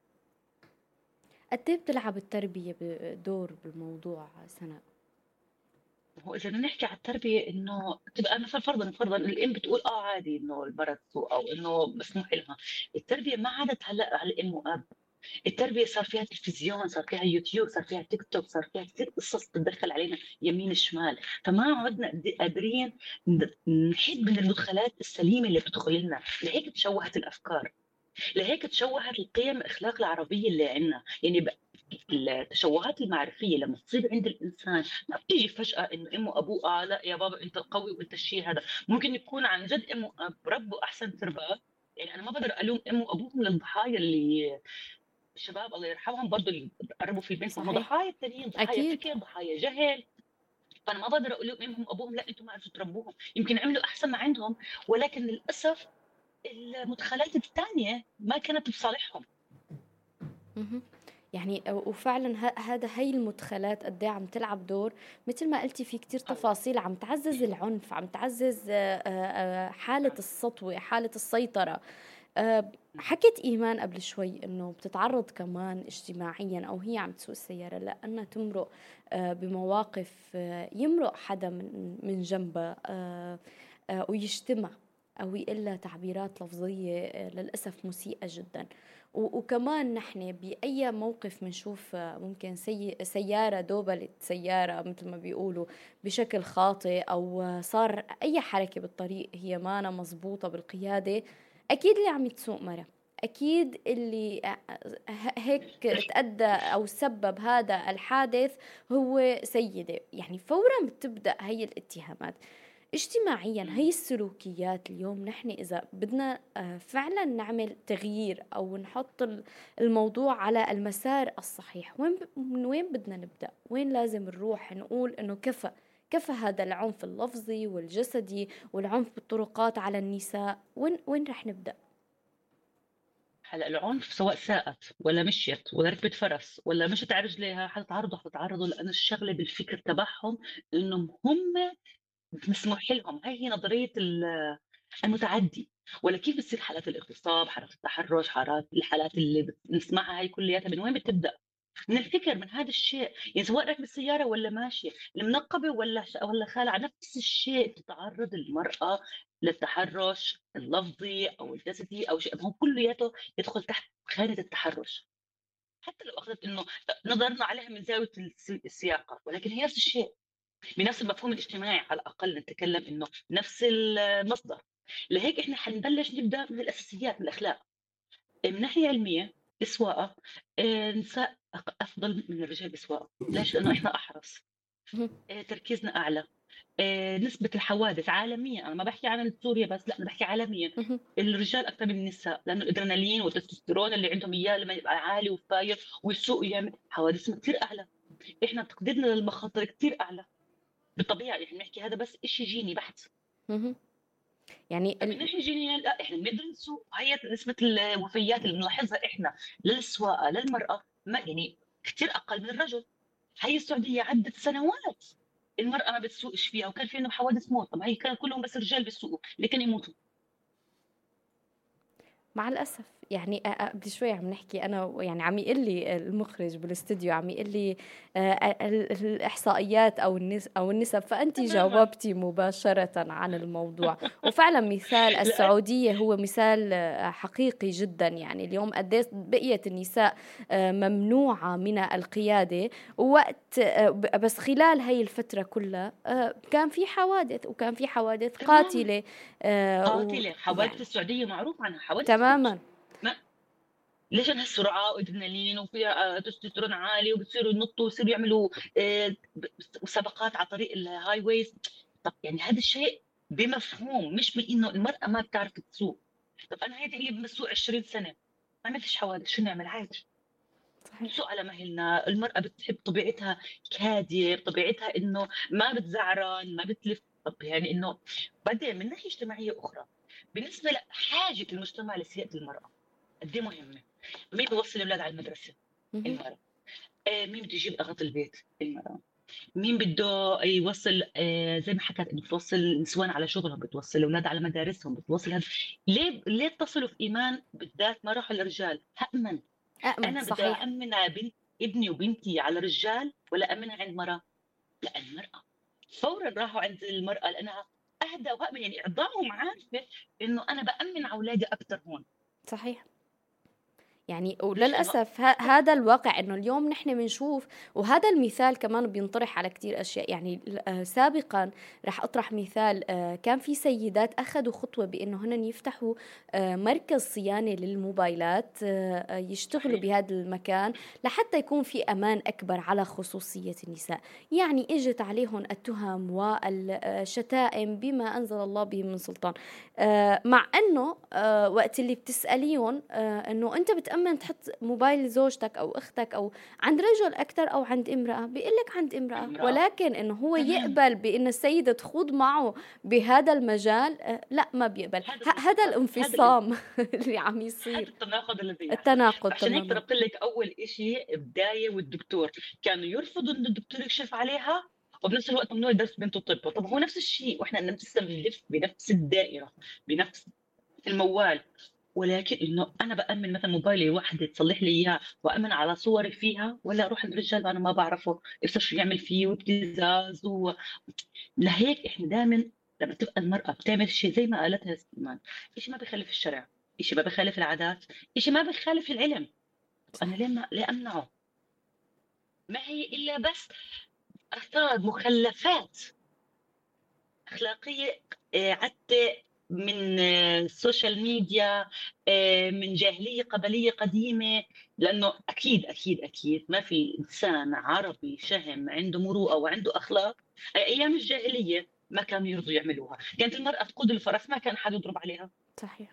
قد ايه بتلعب التربية دور بالموضوع سناء؟ هو اذا بدنا نحكي على التربيه، انه تبقى مثلا فرضا فرضا الام بتقول اه عادي انه البنت تسوق او انه مسموح لها. التربيه ما عادت هلا على الام واب. التربيه صار فيها تلفزيون، صار فيها يوتيوب، صار فيها تيك توك، صار فيها كثير قصص تتدخل علينا يمين شمال. فما عدنا قد- قادرين نحد من المدخلات السليمه اللي بتدخل لنا. لهيك تشوهت الافكار، لهيك تشوهت القيم الاخلاق العربيه اللي عندنا. يعني ب- التشوهات المعرفيه لما تصير عند الانسان ما بتيجي فجاه انه امه وابوه اه لا يا بابا انت القوي وانت الشيء هذا. ممكن يكون عن جد امه واب ربوا احسن تربيه. يعني انا ما بقدر الوم امه وابوهم للضحايا اللي الشباب الله يرحمهم برضه اللي قربوا في البنت، هم صحيح. ضحايا التانيين، ضحايا أكيد. فكر، ضحايا جهل. فانا ما بقدر اقول لهم امهم وابوهم لا انتم ما عرفتوا تربوهم، يمكن عملوا احسن ما عندهم، ولكن للاسف المدخلات الثانيه ما كانت بصالحهم. مهم. يعني وفعلا ه- هذا هي المدخلات قد ايه عم تلعب دور. مثل ما قلتي في كتير تفاصيل عم تعزز العنف، عم تعزز آه، آه، حالة السطوة، حالة السيطرة. آه، حكت إيمان قبل شوي إنه بتتعرض كمان اجتماعيا، أو هي عم تسوق السيارة، لأنها تمرق آه، بمواقف آه، يمرق حدا من من جنبها آه، آه، ويشتمها، أو يقلها تعبيرات لفظية آه، للأسف مسيئة جدا. وكمان نحن بأي موقف منشوف ممكن سي سيارة دوبلت سيارة مثل ما بيقولوا بشكل خاطئ، أو صار أي حركة بالطريق هي مانا مزبوطة بالقيادة، أكيد اللي عم يتسوق مرة، أكيد اللي هيك تأدى أو سبب هذا الحادث هو سيدة. يعني فورا بتبدأ هي الاتهامات. اجتماعيا هي السلوكيات اليوم نحن إذا بدنا فعلا نعمل تغيير أو نحط الموضوع على المسار الصحيح، وين من وين بدنا نبدأ؟ وين لازم نروح نقول إنه كفى كفى هذا العنف اللفظي والجسدي والعنف بالطرقات على النساء؟ وين وين رح نبدأ؟ هلا العنف سواء ساءت ولا مشيت ولا ركبت فرس ولا مشت على رجليها حتتعرضوا حتتعرضوا لأن الشغلة بالفكر تبعهم إنهم هم مسموح لهم. هاي هي نظرية المتعدي. ولا كيف بتصير حالات الاغتصاب، حالات التحرش، حالات الحالات اللي بنسمعها هاي كلياتها من وين بتبدأ؟ من الفكر، من هذا الشيء. يعني سواء راكبه بالسيارة ولا ماشية، المنقبة ولا ولا خالعة، نفس الشيء تتعرض المرأة للتحرش اللفظي أو الجسدي أو شيء، هو كلياته يدخل تحت خانة التحرش. حتى لو أخذت إنه نظرنا عليها من زاوية السياقة، ولكن هي نفس الشيء بنفس المفهوم الاجتماعي. على الأقل نتكلم إنه نفس المصدر. لهيك إحنا حنبلش نبدأ من الأساسيات، من الأخلاق. من ناحية علمية السواقة، النساء أفضل من الرجال بالسواقة. ليش؟ لأنه إحنا أحرص، تركيزنا أعلى، نسبة الحوادث عالميا، أنا ما بحكي عن سوريا بس، لا أنا بحكي عالميا، الرجال أكثر من النساء، لأنه الأدرينالين والتستوستيرون اللي عندهم إياه لما يبقى عالي وفاير ويسوق يعمل حوادثنا كثير أعلى. إحنا تقديرنا للمخاطر كثير أعلى بالطبيعة. إحنا بنحكي هذا بس إشي جيني بحت. يعني من ناحية جينية لا، إحنا بنقدر نسوق. هي نسبة الوفيات اللي بنلاحظها إحنا للسواقة للمرأة ما يعني كثير أقل من الرجل. هي السعودية عدة سنوات المرأة ما بتسوقش فيها، وكان في عندهم حوادث موت. طب هي كان كلهم بس رجال بيسوقوا، اللي كانوا يموتوا مع الأسف. يعني قبل شوي عم نحكي أنا، يعني عم يقول لي المخرج بالاستوديو عم يقول لي الإحصائيات أو النس أو النسب، فأنت جاوبتي مباشرة عن الموضوع. وفعلا مثال السعودية هو مثال حقيقي جدا. يعني اليوم قديش بقيت النساء ممنوعة من القيادة، ووقت بس خلال هاي الفترة كلها كان في حوادث، وكان في حوادث قاتلة. قاتلة حوادث يعني السعودية معروف عنها حوادث تماما. ما ليش انها السرعه وادرينالين وفيها تستوستيرون عالي وبتصيروا ينطوا ويصيروا يعملوا مسابقات على طريق الهاي ويز. طب يعني هذا الشيء بمفهوم، مش من انه المراه ما بتعرف تسوق. طب انا هيدي اللي بسوق عشرين سنه ما عملتش حوادث، شو نعمل؟ عادي نسوق على مهلنا. المراه بتحب طبيعتها هاديه، بطبيعتها انه ما بتزعرن ما بتلف. طب يعني انه بعدين من ناحيه اجتماعيه اخرى، بالنسبه لحاجه المجتمع لسياده المراه قد ايه مهمه. مين بيوصل الاولاد على المدرسه؟ المراه. آه مين بده يجيب اغراض البيت؟ المراه. مين بده يوصل آه زي ما حكت انه بتوصل النسوان على شغلهم، بتوصل الاولاد على مدارسهم، بتوصل هذا. ليه ليه اتصلوا في ايمان بالذات ما راحوا للرجال؟ أأمن. أأمن انا بدي صحيح. أأمن بنت ابني وبنتي على رجال ولا أأمنها عند مرأة؟ لا، المرأة. فورا راحوا عند المرأة لانها اهدى وأأمن. يعني اعضائهم عارفه انه انا بأمن على اولادي اكثر هون. صحيح. يعني وللأسف هذا الواقع، إنه اليوم نحن بنشوف، وهذا المثال كمان بينطرح على كتير أشياء. يعني سابقا رح أطرح مثال، كان في سيدات أخذوا خطوة بإنه هن يفتحوا مركز صيانة للموبايلات يشتغلوا بهذا المكان لحتى يكون في أمان أكبر على خصوصية النساء. يعني إجت عليهم التهم والشتائم بما أنزل الله به من سلطان، مع أنه وقت اللي بتسأليهم أنه أنت بتأمن تحط موبايل زوجتك أو أختك أو عند رجل أكتر أو عند امرأة، بيقلك عند امرأة, امرأة. ولكن إنه هو يقبل بأن السيدة تخوض معه بهذا المجال، لا ما بيقبل. هذا الانفصام اللي عم يصير، هذا التناقض الذي التناقض. عشان هيك ضربت لك أول إشي بداية، والدكتور كانوا يرفضوا إنه الدكتور يكشف عليها، وبنفس الوقت ممنوع يدرس بنته الطب. طب هو نفس الشيء، واحنا بنلف بنفس الدائرة بنفس الموال. ولكن انه انا بامن مثلا موبايلي واحده تصلح لي اياه وامن على صوري فيها، ولا اروح عند الرجال انا ما بعرفه يفسر شو يعمل فيه وابتزاز و... لهيك احنا دائما لما تبقى المراه بتعمل شيء زي ما قالتها سليمان، شيء ما بيخالف الشرع، إشي ما بخالف العادات، إشي ما بخالف العلم. أنا ليه ما ليه أمنعه؟ ما هي إلا بس آثار مخلفات أخلاقية آه، عدة من آه، السوشيال ميديا، آه، من جاهلية قبلية قديمة. لأنه أكيد أكيد أكيد ما في إنسان عربي شهم عنده مروءة وعنده أخلاق. أيام الجاهلية ما كانوا يرضوا يعملوها، كانت المرأة تقود الفرس ما كان حد يضرب عليها. صحيح.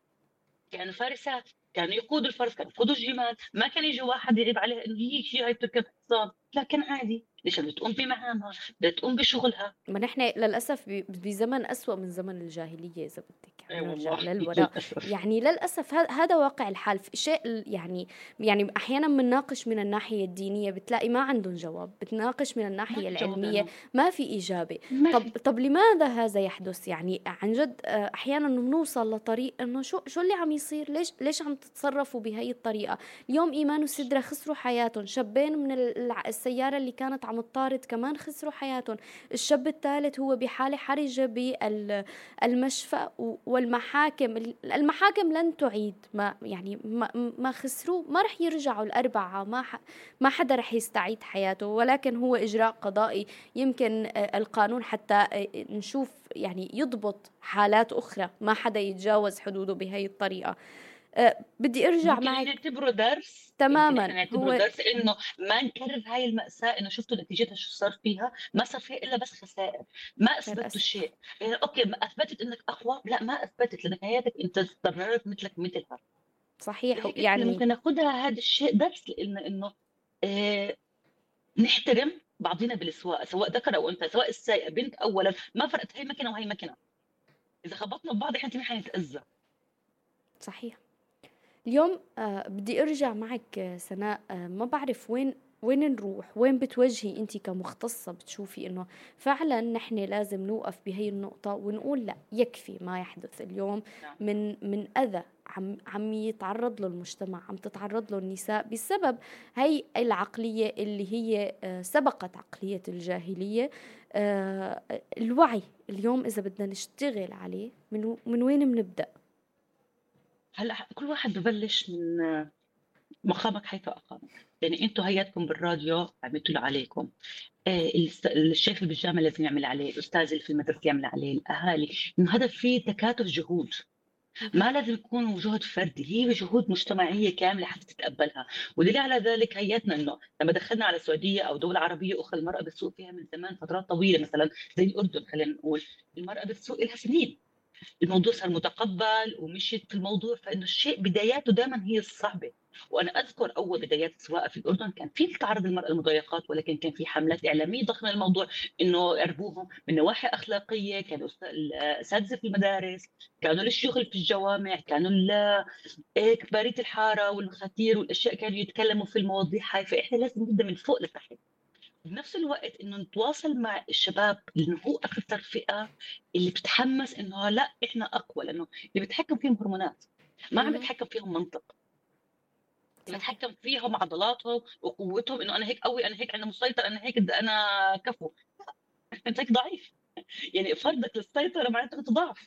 كانوا فارسات، كانوا يقودوا الفرس، كانوا يقودوا الجمال، ما كان يجي واحد يغيب عليها انه هي شيء هاي بتركب حصان، لا كان عادي. ليش بدها تقوم بمهامها، بدها تقوم بشغلها. ما نحن للأسف ب- بزمن أسوأ من زمن الجاهلية إذا بدك، اي يعني نرجع والله للوراء. للاسف. يعني للأسف ه- هذا واقع الحال في شيء ال- يعني يعني أحيانا بنناقش من الناحية الدينية بتلاقي ما عندهم جواب، بتناقش من ما الناحية في جواب العلمية لهم، ما في إجابة. ما طب في. طب لماذا هذا يحدث؟ يعني عن جد آه، أحيانا بنوصل لطريق إنه شو شو اللي عم يصير، ليش ليش عم تتصرفوا بهي الطريقة؟ اليوم إيمان وسدرة خسروا حياتهم، شابين من الع- السيارة اللي كانت عم تطارد كمان خسروا حياتهم، الشاب الثالث هو بحالة حرجة بالمشفى، والمحاكم المحاكم لن تعيد ما يعني ما, ما خسروه، ما رح يرجعوا الأربعة، ما ح ما حدا رح يستعيد حياته، ولكن هو إجراء قضائي. يمكن آه، القانون حتى آه، نشوف يعني يضبط حالات أخرى ما حدا يتجاوز حدوده بهي الطريقة. أه بدي ارجع ممكن معك. نعتبره درس، يمكن احنا تماما. نعتبره هو درس انه ما نكرر هاي المأساة. انه شفتوا نتيجتها شو صار فيها، ما صار فيها الا بس خسائر، ما اثبتوا للأسف شيء. يعني اوكي ما اثبتت انك اقوى، لا ما اثبتت، لانك حياتك انت تضررت مثلك مثلها. صحيح. لهيك احنا يعني ممكن ناخذها هذا الشيء درس لنا، انه آه نحترم بعضنا بالسواقه، سواء ذكر او انثى، سواء السائقه بنت او ولد، ما فرقت هي مكنه وهي مكنه. اذا خبطنا ببعض احنا الاثنين حنتاذى. صحيح. اليوم آه بدي ارجع معك آه سناء، آه ما بعرف وين وين نروح، وين بتوجهي انت كمختصة بتشوفي انه فعلا نحن لازم نوقف بهي النقطة ونقول لا يكفي ما يحدث اليوم نعم. من من اذى عم عم يتعرض له المجتمع، عم تتعرض له النساء بسبب هي العقلية اللي هي آه سبقت عقلية الجاهلية. آه الوعي اليوم اذا بدنا نشتغل عليه من من وين بنبدأ؟ هلا كل واحد ببلش من آه، مقامك حيث أقامك. يعني انتوا هياتكم بالراديو عملتوا اللي عليكم، آه، الس- الشيخ اللي بالجامعة لازم يعمل عليه، الأستاذ اللي في المدرسة يعمل عليه، الأهالي. إنه هذا فيه تكاتف جهود، ما لازم يكون جهد فردي، هي جهود مجتمعية كاملة حتى تتقبلها. ودليل على ذلك هياتنا إنه لما دخلنا على السعودية أو دولة عربية أخرى المرأة بتسوق فيها من زمان فترات طويلة، مثلا زي الأردن خلينا نقول، المرأة بتسوق لها سنين، الموضوع صار متقبل ومشيت في الموضوع. فإنه الشيء بداياته دائما هي الصعبة. وأنا أذكر أول بدايات السواقة في الأردن كان في تعرض المرأة للمضايقات، ولكن كان في حملات إعلامية ضخمة للموضوع، إنه يعرفوهم من نواحي أخلاقية. كانوا الأست- الأساتذة في المدارس، كانوا الشيوخ في الجوامع، كانوا ال- إيه، كبارية الحارة والمخاتير والأشياء كانوا يتكلموا في المواضيع هاي. فإحنا لازم نبدأ من فوق لتحت. بنفس الوقت انه نتواصل مع الشباب اللي هو اكثر فئه اللي بتتحمس انه لا احنا اقوى، لانه اللي بيتحكم فيهم هرمونات، ما عم مهم. بيتحكم فيهم منطق. اللي صحيح. بيتحكم فيهم عضلاتهم وقوتهم، انه انا هيك قوي، انا هيك، انا مسيطر، انا هيك، انا كفو. انت هيك ضعيف. يعني فرضك للسيطره معناته انت ضعف.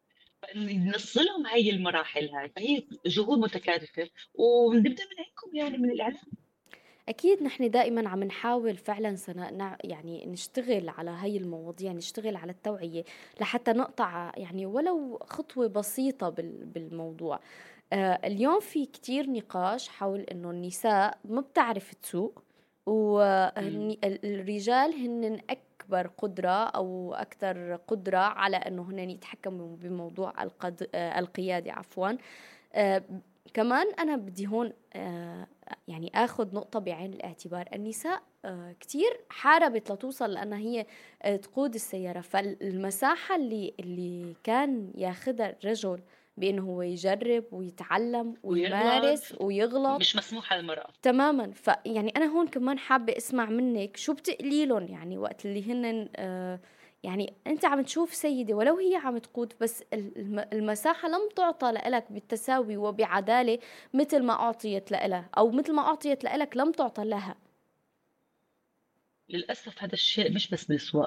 نصلهم هي المراحل هاي، فهي جهود متكاتفه، ونبدا من عندكم يعني من الاعلام. أكيد نحن دائما عم نحاول فعلا سناء نع- يعني نشتغل على هاي المواضيع، نشتغل على التوعية لحتى نقطع يعني ولو خطوة بسيطة بال- بالموضوع. آه اليوم في كتير نقاش حول إنه النساء ما بتعرف تسوق، مم. والرجال هن أكبر قدرة أو أكثر قدرة على إنه هن يتحكموا بموضوع القد... آه القيادة عفوا. آه كمان أنا بدي هون آه يعني أخذ نقطة بعين الاعتبار، النساء آه كتير حاربت لتوصل لأنها هي آه تقود السيارة، فالمساحة اللي اللي كان ياخدها الرجل بأنه هو يجرب ويتعلم ويغلط، ويمارس ويغلط مش مسموح للمرأة. تماما. فيعني أنا هون كمان حابة أسمع منك شو بتقليلهم يعني وقت اللي هن آه يعني أنت عم تشوف سيدة ولو هي عم تقود، بس الم- المساحة لم تعطى لك بالتساوي وبعدالة مثل ما أعطيت لها، أو مثل ما أعطيت لك لم تعطى لها. للأسف هذا الشيء مش بس بالسواقة،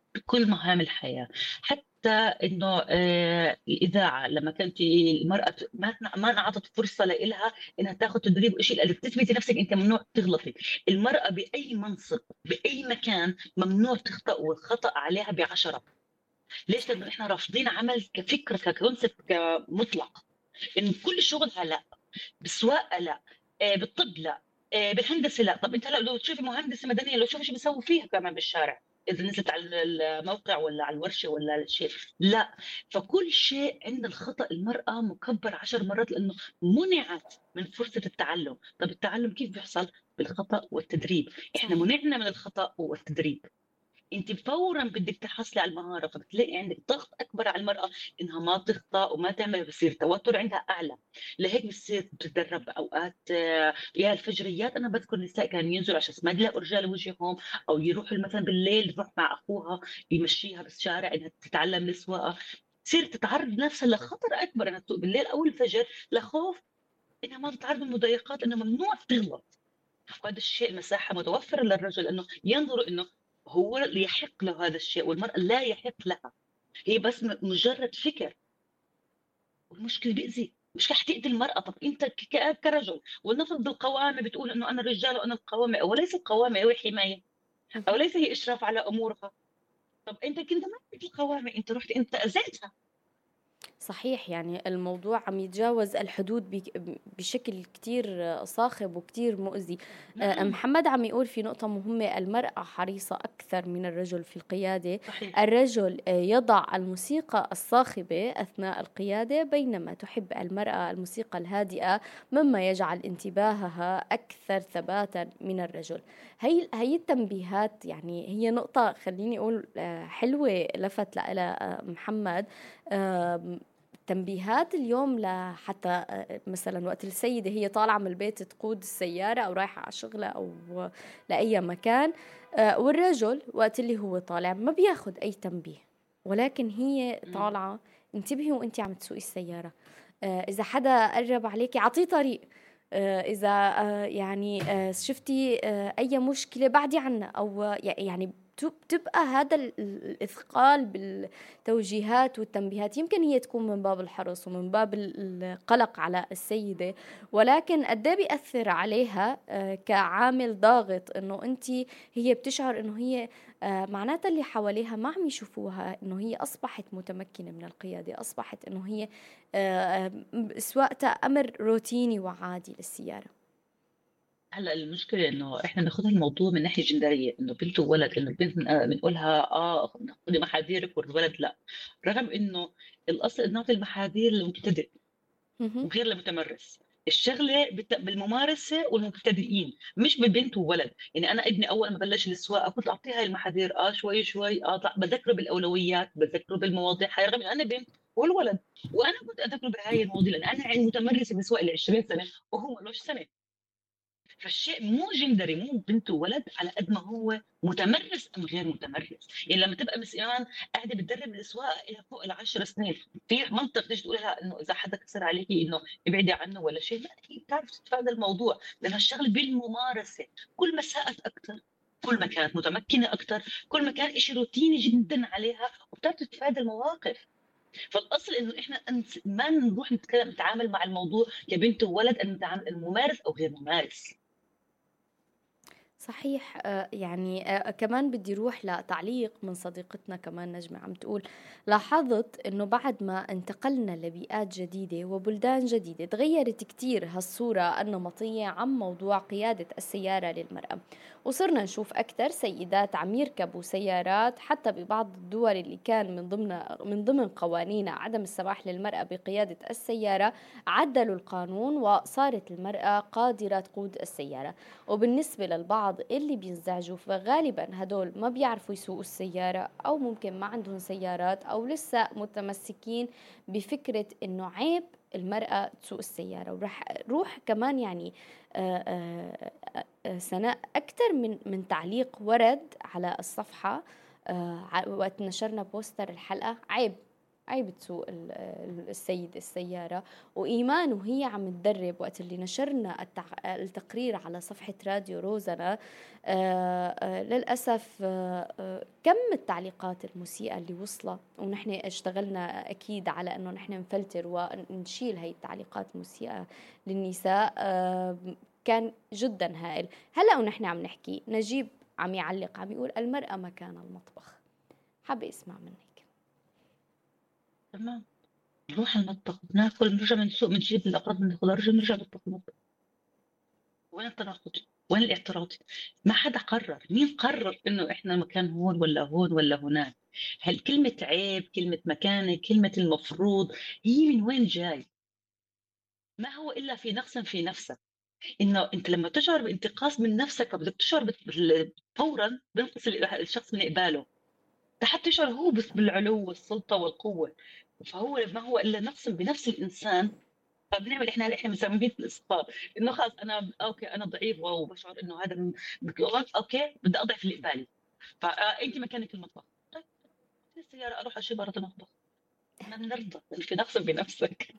بكل مهام الحياة. حتى إنه آه، الإذاعة لما كانت المرأة ما ما انعطت فرصة لها إنها تاخذ تدريب وشيء اللي تثبتي نفسك، أنت ممنوع تغلطي. المرأة بأي منصب بأي مكان ممنوع تخطأ، والخطأ عليها بعشرة. ليش؟ لأنه إحنا رافضين عمل كفكرة ككونسبت كمطلق، إنه كل شغلها لا، بالسواقة لا، آه، بالطب لا، آه، بالهندسة لا. طب أنت هلا لو تشوفي مهندسة مدنية، لو تشوفي شو بيسووا فيها كمان بالشارع، إذا نزلت على الموقع ولا على الورشة ولا الشيء لا. فكل شيء عند الخطأ المرأة مكبر عشر مرات، لأنه منعت من فرصة التعلم. طب التعلم كيف بيحصل؟ بالخطأ والتدريب. إحنا صحيح. منعنا من الخطأ والتدريب. انت فورا بدك تحصلي على المهاره، فبتلاقي عندك ضغط اكبر على المراه انها ما تخطا وما تعمل، بصير التوتر عندها اعلى. لهيك بتصير تتدرب اوقات آه، يا الفجريات. انا بذكر نساء كانوا ينزلوا عشان ما يلاقوا رجال وجههم، او يروحوا مثلا بالليل تروح مع اخوها يمشيها بالشارع انها تتعلم السواقه. تصير تتعرض نفسها لخطر اكبر انها تسوق بالليل او الفجر، لخوف انها ما تتعرض للمضايقات، انه ممنوع تغلط. وهذا الشيء مساحه متوفره للرجل انه ينظر انه هو اللي يحق له هذا الشيء، والمرأة لا يحق لها. هي بس م- مجرد فكر. والمشكلة بيأذي، مش رح تأذي المرأة. طب أنت ك- ك- كرجل، ولنفرض القوامة بتقول إنه أنا الرجال وأنا القوامة، وليس القوامة هو حماية، أو مهم. ليس هي إشراف على أمورها. طب أنت كنت ما بدك القوامة، أنت رحت أنت أذيتها. صحيح، يعني الموضوع عم يتجاوز الحدود بك- بشكل كتير صاخب وكتير مؤذي. آه، نعم. محمد عم يقول في نقطة مهمة: المرأة حريصة أكثر من الرجل في القيادة. صحيح. الرجل آه، يضع الموسيقى الصاخبة أثناء القيادة، بينما تحب المرأة الموسيقى الهادئة، مما يجعل انتباهها أكثر ثباتا من الرجل. هي هي التنبيهات، يعني هي نقطة خليني أقول آه، حلوة لفت لها محمد. آم، تنبيهات اليوم لحتى آه، مثلا وقت السيدة هي طالعة من البيت تقود السيارة أو رايحة على شغلة أو لأي مكان، آه، والرجل وقت اللي هو طالع ما بياخد أي تنبيه، ولكن هي مم. طالعة: انتبهي وانت عم تسوقي السيارة، آه، إذا حدا قرب عليكي عطيه طريق، آه، إذا آه، يعني آه، شفتي آه، أي مشكلة بعدي عنها، أو آه، يعني بتبقى هذا ال- ال- الإثقال بالتوجيهات والتنبيهات. يمكن هي تكون من باب الحرص ومن باب ال- القلق على السيدة، ولكن قد ايه بيأثر عليها آه، كعامل ضاغط، إنه أنت هي بتشعر إنه هي آه، معناتها اللي حواليها ما عم يشوفوها إنه هي أصبحت متمكنة من القيادة، أصبحت إنه هي آه، آه، سواقتها أمر روتيني وعادي للسيارة. هلا المشكله انه احنا بناخذها الموضوع من ناحيه جندريه، انه بنت وولد، انه البنت بن- آه، بنقولها اه خذي محاذيرك، والولد لا. رغم انه الاصل انه نعطي المحاذير للمبتدئ مهم. وغير لمتمرس. الشغله بت- بالممارسه والمبتدئين، مش ببنت وولد. يعني انا ابني اول ما بلش السواقه كنت اعطيه هاي المحاذير، اه شوي شوي، اه طلع بذكره بالاولويات، بذكره بالمواضيع هاي، رغم انه انا بنت والولد. وانا كنت اذكره بهاي المواضيع لان انا يعني متمرسه بالسواقه ل عشرين سنه وهو ما لهش سنه. فالشيء مو جندري، مو بنت وولد، على قد ما هو متمرس ام غير متمرس. يعني لما تبقى مس ايمان قاعده بتدرب الاسواق الى فوق العشر سنين، في منطق تيجي تقول لها انه اذا حدا كسر عليكي انه ابعدي عنه ولا شيء، لا، هي بتعرف تتفادى الموضوع لان الشغل بالممارسه. كل ما ساءت اكثر، كل ما كانت متمكنه اكثر، كل ما كان شيء روتيني جدا عليها وبتعرف تتفادى المواقف. فالاصل انه احنا أنت- ما نروح نتكلم نتعامل مع الموضوع كبنت وولد، ان نتعامل الممارس او غير ممارس. صحيح. آه، يعني آه، كمان بدي روح لتعليق من صديقتنا كمان نجمة عم تقول: لاحظت انه بعد ما انتقلنا لبيئات جديدة وبلدان جديدة تغيرت كتير هالصورة النمطية عن موضوع قيادة السيارة للمرأة، وصرنا نشوف أكثر سيدات عم يركبوا سيارات. حتى ببعض الدول اللي كان من ضمن من ضمن قوانين عدم السماح للمرأة بقيادة السيارة، عدلوا القانون وصارت المرأة قادرة تقود السيارة. وبالنسبة للبعض اللي بينزعجوا، فغالبا هدول ما بيعرفوا يسوقوا السيارة، أو ممكن ما عندهم سيارات، أو لسه متمسكين بفكرة إنه عيب المرأة تسوق السيارة. ورح روح كمان يعني آآ آآ آآ سناء أكثر من من تعليق ورد على الصفحة آه، ع- وقت نشرنا بوستر الحلقة: عيب أي بتسوق السيدة السيارة. وإيمان وهي عم تدرب وقت اللي نشرنا التقرير على صفحة راديو روزانا، آآ آآ للأسف آآ آآ كم التعليقات المسيئة اللي وصلت، ونحن اشتغلنا أكيد على أنه نحن نفلتر ونشيل هاي التعليقات المسيئة للنساء، كان جدا هائل. هلأ ونحن عم نحكي نجيب عم يعلق عم يقول المرأة مكان المطبخ. حابة اسمع منك. تمام، نروح المطبخ بناكل، بنرجع من السوق بنجيب الأغراض من الخضار، نرجع بنرجع نطبخ المطبخ. وين التناقض؟ وين الاعتراض؟ ما حدا قرر. مين قرر إنه إحنا مكان هون ولا هون ولا هناك؟ هل كلمة عيب، كلمة مكانة، كلمة المفروض، هي من وين جاي؟ ما هو إلا في نقص في نفسك. إنه أنت لما تشعر بانتقاص من نفسك فبدك تشعر بال- فورا بينقص الشخص من إقباله، حتى يشعر هو بس بالعلو والسلطة والقوة. فهو ما هو إلا نقص بنفس الإنسان. فبنعمل احنا احنا بنسميه الاسقاط، انه خلص انا اوكي انا ضعيف وبشعر انه هذا من- غلط، اوكي بدي اضعف اللي قبالي، فانت مكانك المطبخ. طيب في السياره اروح اشيل برة المطبخ. ما بنرضى في نقص بنفسك.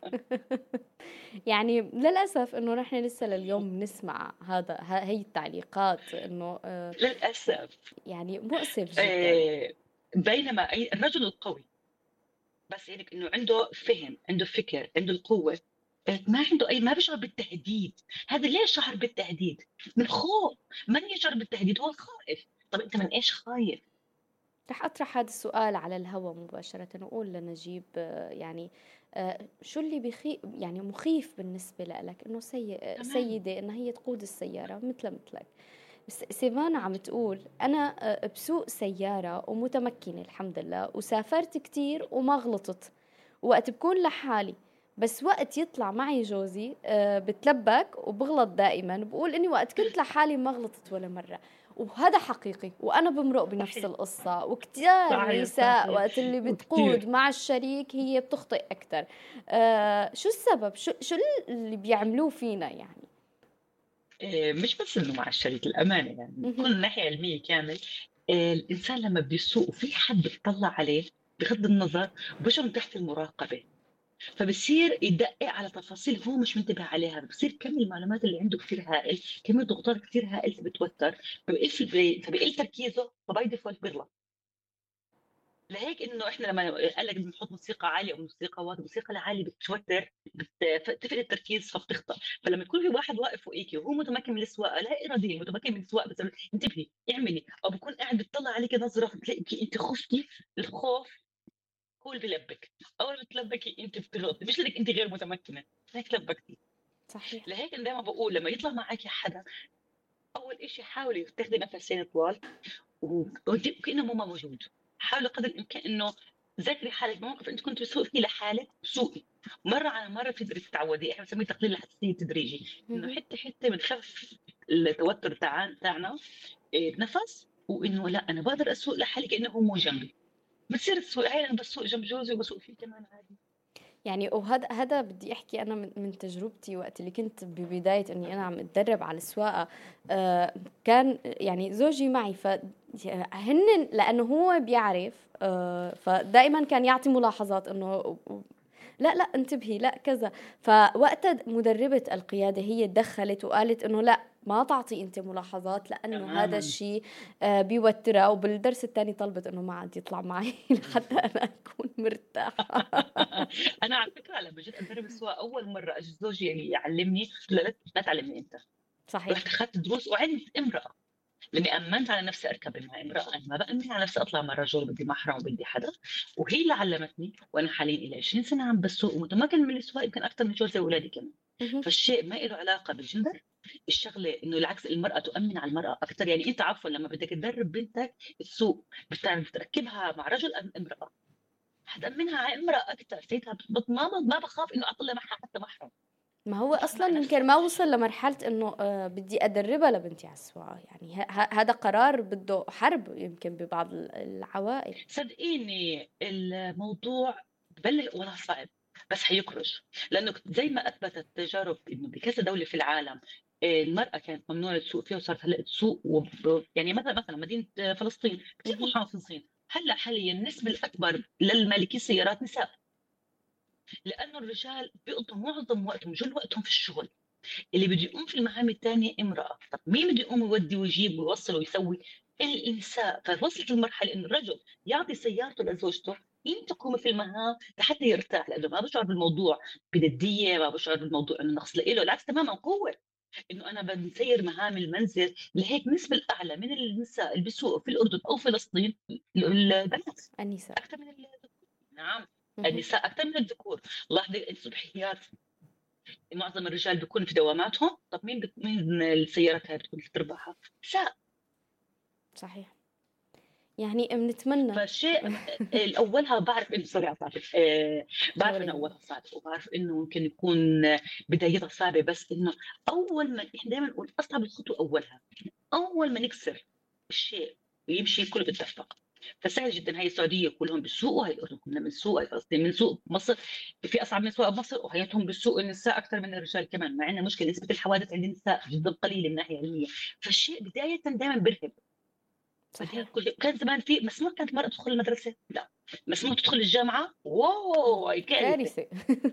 يعني للأسف إنه نحن لسه لليوم بنسمع هذا ه- هي التعليقات إنه آه، للاسف. يعني مؤسف جدا. آه، بينما أي الرجل القوي بس يعني انه عنده فهم، عنده فكر، عنده القوه، آه، ما عنده اي، ما بيشعر بالتهديد. هذا ليش شعر بالتهديد؟ من خوف. من يشعر بالتهديد؟ هو خائف. طب انت من ايش خايف؟ رح أطرح هذا السؤال على الهواء مباشرة وأقول لنجيب آه، يعني آه، شو اللي بخي يعني مخيف بالنسبة لك إنه سي... تمام. سيدة إنها هي تقود السيارة مثل مثلك. بس سيفانا عم تقول أنا آه، بسوق سيارة ومتمكنة الحمد لله وسافرت كتير وما غلطت وقت بكون لحالي، بس وقت يطلع معي جوزي آه، بتلبك وبغلط دائما، بقول إني وقت كنت لحالي ما غلطت ولا مرة. وهذا حقيقي وأنا بمرق بنفس صحيح. القصة. وكتير صحيح نساء صحيح وقت اللي وكتير. بتقود مع الشريك هي بتخطئ أكتر. آه شو السبب؟ شو شو اللي بيعملوه فينا يعني؟ آه، مش بس انه مع الشريك، الامانه يعني مهم. كل ناحيه علميه كامل. آه، الانسان لما بده يسوق وفي حد بيطلع عليه بغض النظر بشعر تحت المراقبه، فبصير يدقق على تفاصيل هو مش منتبه عليها، بصير كم المعلومات اللي عنده كثير هائل، كم الضغوطات كثير هائل، فبتوتر، فبقل فبقل تركيزه، فباي ديفولت بيغلط. لهيك انه احنا لما قال لك بنحط موسيقى عاليه او موسيقى واطيه، الموسيقى العاليه بتوتر، بتفقد التركيز فبتخطأ. فلما يكون في واحد واقف فوقيكي وهو متمكن من السواقه، لا اراديا متمكن من السواقه، بس انتبهي اعملي، او بكون قاعد بتطلع عليك نظره بتلاقي انت خفتي. الخوف هو اللي بلبك. اول ما تلبكي انت بتغلطي، مش لانك انت غير متمكنه، هيك لبكتي. صحيح. لهيك انا دائما بقول لما يطلع معك حدا، اول شيء حاولي تاخذي نفسين طوال وكأنه مو موجود. حاولي قدر الامكان انه ذكري حالك بموقف انت كنت بتسوقي فيه لحالك، سوقي مره على مره بتقدري تتعودي. احنا بنسميه تقليل الحساسيه التدريجي، انه مهم. حتى حتى بنخفف التوتر تاعنا تاعنا إيه، بنفس، وانه لا انا بقدر اسوق لحالي كانه هو مو جنبي. بتصير تسوق هاي انا بسوق جنب جوزي وبسوق فيه كمان عادي. يعني وهذا هذا بدي احكي انا من, من تجربتي وقت اللي كنت ببدايه اني انا عم اتدرب على السواقه. آه كان يعني زوجي معي، فهن لانه هو بيعرف آه فدائما كان يعطي ملاحظات انه لا لا انتبهي لا كذا. فوقتها مدربة القيادة هي تدخلت وقالت انه لا ما تعطي انت ملاحظات لانه تماماً. هذا الشيء آه، بيوترها. وبالدرس الثاني طلبت انه ما عاد يطلع معي لحتى انا اكون مرتاحة. انا على فكره لما جيت ادرب السواقه اول مره اجى زوجي يعني يعلمني، قلت له لا لا تعلمني انت. صحيح. رحت اخذت دروس وعندت امراه، لاني امنت على نفسي اركب مع امراه، انا ما بامن على نفسي اطلع مع رجل بدي محرم وبدي حدا. وهي اللي علمتني، وانا حاليا الى عشرين سنه عم بسوق ومتمكن من السواقه يمكن اكثر من جوزي واولادي كمان. مهم. فالشيء ما له علاقه بالجندر. الشغله انه العكس، المراه تؤمن على المراه اكثر. يعني انت عفوا لما بدك تدرب بنتك تسوق بتعرف تركبها مع رجل ام امراه، حتأمنها على امراه اكثر. ساعتها بت- ما ما بخاف انه اطلع معها حتى محرم. ما هو بتفرق اصلا مع يمكن نفسك. ما وصل لمرحلة انه آه، بدي ادربها لبنتي على السواقة. يعني ه- ه- هذا قرار بده حرب يمكن ببعض ال- العوائل. صدقيني الموضوع ببلش ولا صعب، بس حيخرج. لانه زي ما اثبتت التجارب انه بكذا دوله في العالم آه، المراه كانت ممنوع تسوق فيها وصارت هلا تسوق وب... يعني مثلا مثلا مدينه فلسطين كثير مهم. محافظين، هلا حاليا النسبه الاكبر للمالكي السيارات نساء. لأنه الرجال بيقضوا معظم وقتهم جل وقتهم في الشغل، اللي بده يقوم في المهام الثانية امرأة. طب مين بده يقوم يودي ويجيب ويوصل ويسوي؟ النساء. فوصلت المرحلة إنه الرجل يعطي سيارته لزوجته، انت قومي في المهام لحتى يرتاح، لانه ما بشعر بالموضوع بنديه، ما بشعر بالموضوع انه نقص له، العكس تماما قوه، انه انا بدي سير مهام المنزل. لهيك النسبه الاعلى من النساء اللي بيسوقوا في الاردن او فلسطين البنات النساء. اكثر من الذكور. نعم، مهم. النساء اكثر من الذكور. لاحظي الصبحيات معظم الرجال بيكونوا في دواماتهم، طب مين بت... مين السيارات هاي بتكون تربحها؟ نساء. صحيح. يعني بنتمنى فالشيء الاولها بعرف انه سوري صعبه، آه بعرف ولا انه يهمك. اولها صعب، وبعرف انه ممكن يكون بدايتها صعبه، بس انه اول ما احنا دائما نقول اصعب الخطوه اولها. اول ما نكسر الشيء ويمشي كله بيتدفق. فسهل جدا. هي السعوديه كلهم بيسوقوا، هي الاردن كلنا بنسوق، هي فلسطين بنسوق، مصر في اصعب من سواقه بمصر، وهيتهم بيسوقوا النساء اكثر من الرجال كمان، مع ان مشكله نسبه الحوادث عند النساء جدا قليله من ناحيه علميه. فالشيء بدايه دائما برهب. بدها صحيح. كل كان زمان في مسموح كانت المرأة تدخل المدرسة؟ لا. مسموح تدخل الجامعة؟ واو هي كارثة. كارثة.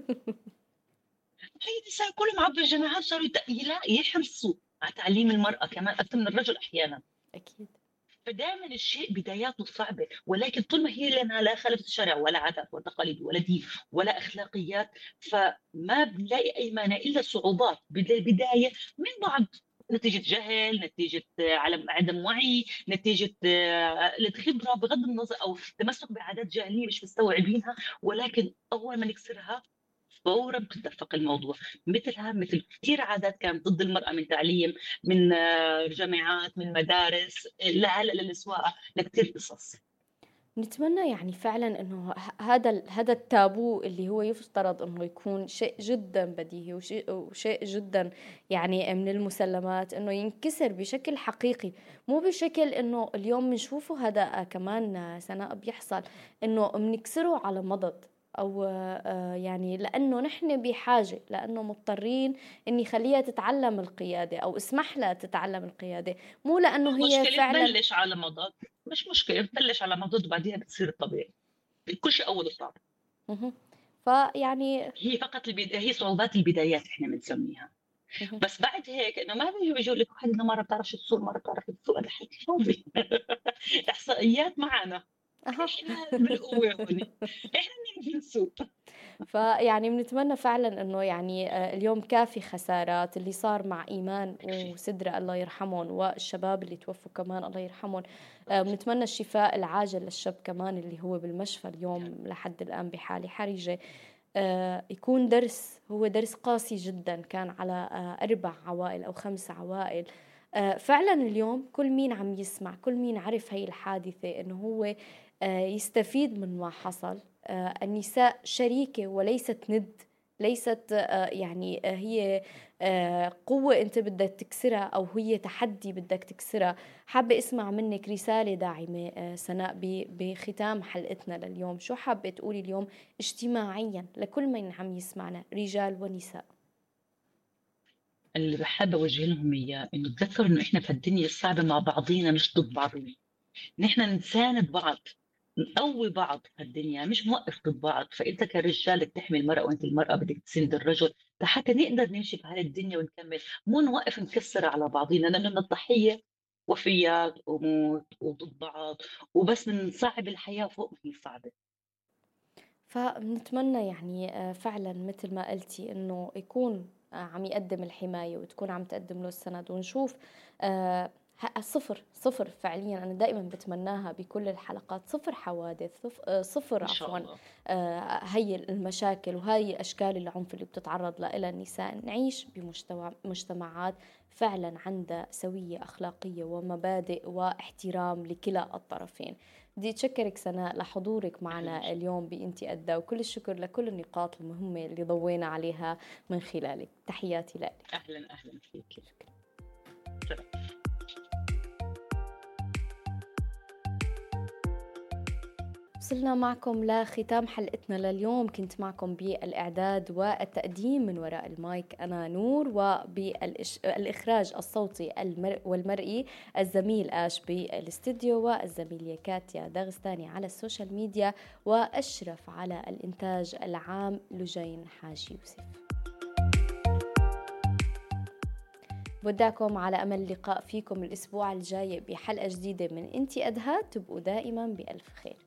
هي النساء كلهم عبر الجامعات صاروا يت- لا يحرصوا على تعليم المرأة كمان أكثر من الرجل أحيانا. أكيد. فدائما الشيء بداياته صعبة، ولكن طول ما هي لنا لا خالفت الشرع ولا عادات ولا تقاليد ولا دين ولا أخلاقيات، فما بنلاقي أي مانع إلا صعوبات بالبداية من بعض، نتيجة جهل، نتيجة آه، عدم عدم وعي، نتيجة آه، قلة خبرة بغض النظر، أو تمسك بعادات جاهلية مش مستوعبينها. ولكن أول ما نكسرها فورا بتتدفق الموضوع. مثلها مثل كثير عادات كانت ضد المرأة، من تعليم، من آه، جامعات، من مدارس، لهلا للسواقة، لكثير قصص. نتمنى يعني فعلا انه ه- هذا ال- هذا التابو اللي هو يفترض انه يكون شيء جدا بديهي وشيء, وشيء جدا يعني من المسلمات، انه ينكسر بشكل حقيقي، مو بشكل انه اليوم بنشوفه هذا كمان سنة بيحصل، انه بنكسره على مضض، او آه، يعني لانه نحن بحاجة، لانه مضطرين اني خليها تتعلم القيادة او اسمح لها تتعلم القيادة، مو لانه هي مشكلة فعلا. تبلش على مضض، مش مشكلة تبلش على مضض وبعدين بتصير الطبيعي. كل شيء أول صعب. مهم. فيعني هي فقط البد... هي صعوبات البدايات احنا بنسميها. مهم. بس بعد هيك انه ما بيجوا بيجوا لك واحد انه مره بتعرفش تسوق، مره بتعرف تسوق، هذا حكي فاضي. احصائيات معنا، أها. احنا بالقوه هون، احنا بنعرف نسوق. فيعني بنتمنى فعلا انه يعني آه، اليوم كافي خسارات اللي صار مع ايمان وسدرة الله يرحمهم، والشباب اللي توفوا كمان الله يرحمهم. آه، بنتمنى الشفاء العاجل للشاب كمان اللي هو بالمشفى اليوم لحد الآن بحالة حرجة. آه، يكون درس، هو درس قاسي جدا كان على آه، أربع عوائل أو خمس عوائل. آه، فعلا اليوم كل مين عم يسمع، كل مين عرف هاي الحادثة إنه هو آه، يستفيد من ما حصل. آه، النساء شريكة وليست ند، ليست آه، يعني آه، هي آه، قوة أنت بدك تكسرها أو هي تحدي بدك تكسرها. حابة أسمع منك رسالة داعمة آه، سناء ب- بختام حلقتنا لليوم، شو حابة تقولي اليوم اجتماعيا لكل من عم يسمعنا رجال ونساء؟ اللي بحب اوجه لهم اياه انه تذكروا انه احنا في الدنيا الصعبه مع بعضينا مش ضد بعضنا. نحن نساند بعض، نقوي بعض في الدنيا، مش موقف ضد بعض. فانت كرجال بدك تحمي المراه، وانت المراه بدك تسند الرجل حتى نقدر نمشي في هذه الدنيا ونكمل، مو نوقف نكسر على بعضينا، لانه من الضحيه وفيات وموت وضد بعض، وبس بنصعب الحياه فوق ما هي صعبه. فبنتمنى يعني آه، فعلا مثل ما قلتي انه يكون آه، عم يقدم الحماية وتكون عم تقدم له السند، ونشوف آه، ه- صفر صفر فعليا. أنا دائما بتمناها بكل الحلقات، صفر حوادث، صف- آه، صفر ان شاء عفوا الله. آه، هي المشاكل وهي أشكال العنف اللي بتتعرض لها النساء. نعيش بمجتمع مجتمعات فعلا عندها سوية أخلاقية ومبادئ واحترام لكلا الطرفين. بدي أتشكرك سناء لحضورك معنا اليوم بإنتي أدى، وكل الشكر لكل النقاط المهمة اللي ضوينا عليها من خلالك. تحياتي لك. اهلا اهلا فيك. وصلنا معكم لختام حلقتنا لليوم. كنت معكم بالإعداد والتقديم من وراء المايك أنا نور، وبالإخراج الصوتي والمرئي الزميل آش بالاستديو، والزميلة كاتيا داغستاني على السوشيال ميديا، وأشرف على الإنتاج العام لجين حاج يوسف. بودعكم على أمل اللقاء فيكم الأسبوع الجاي بحلقة جديدة من انتي أدهى. تبقوا دائما بألف خير.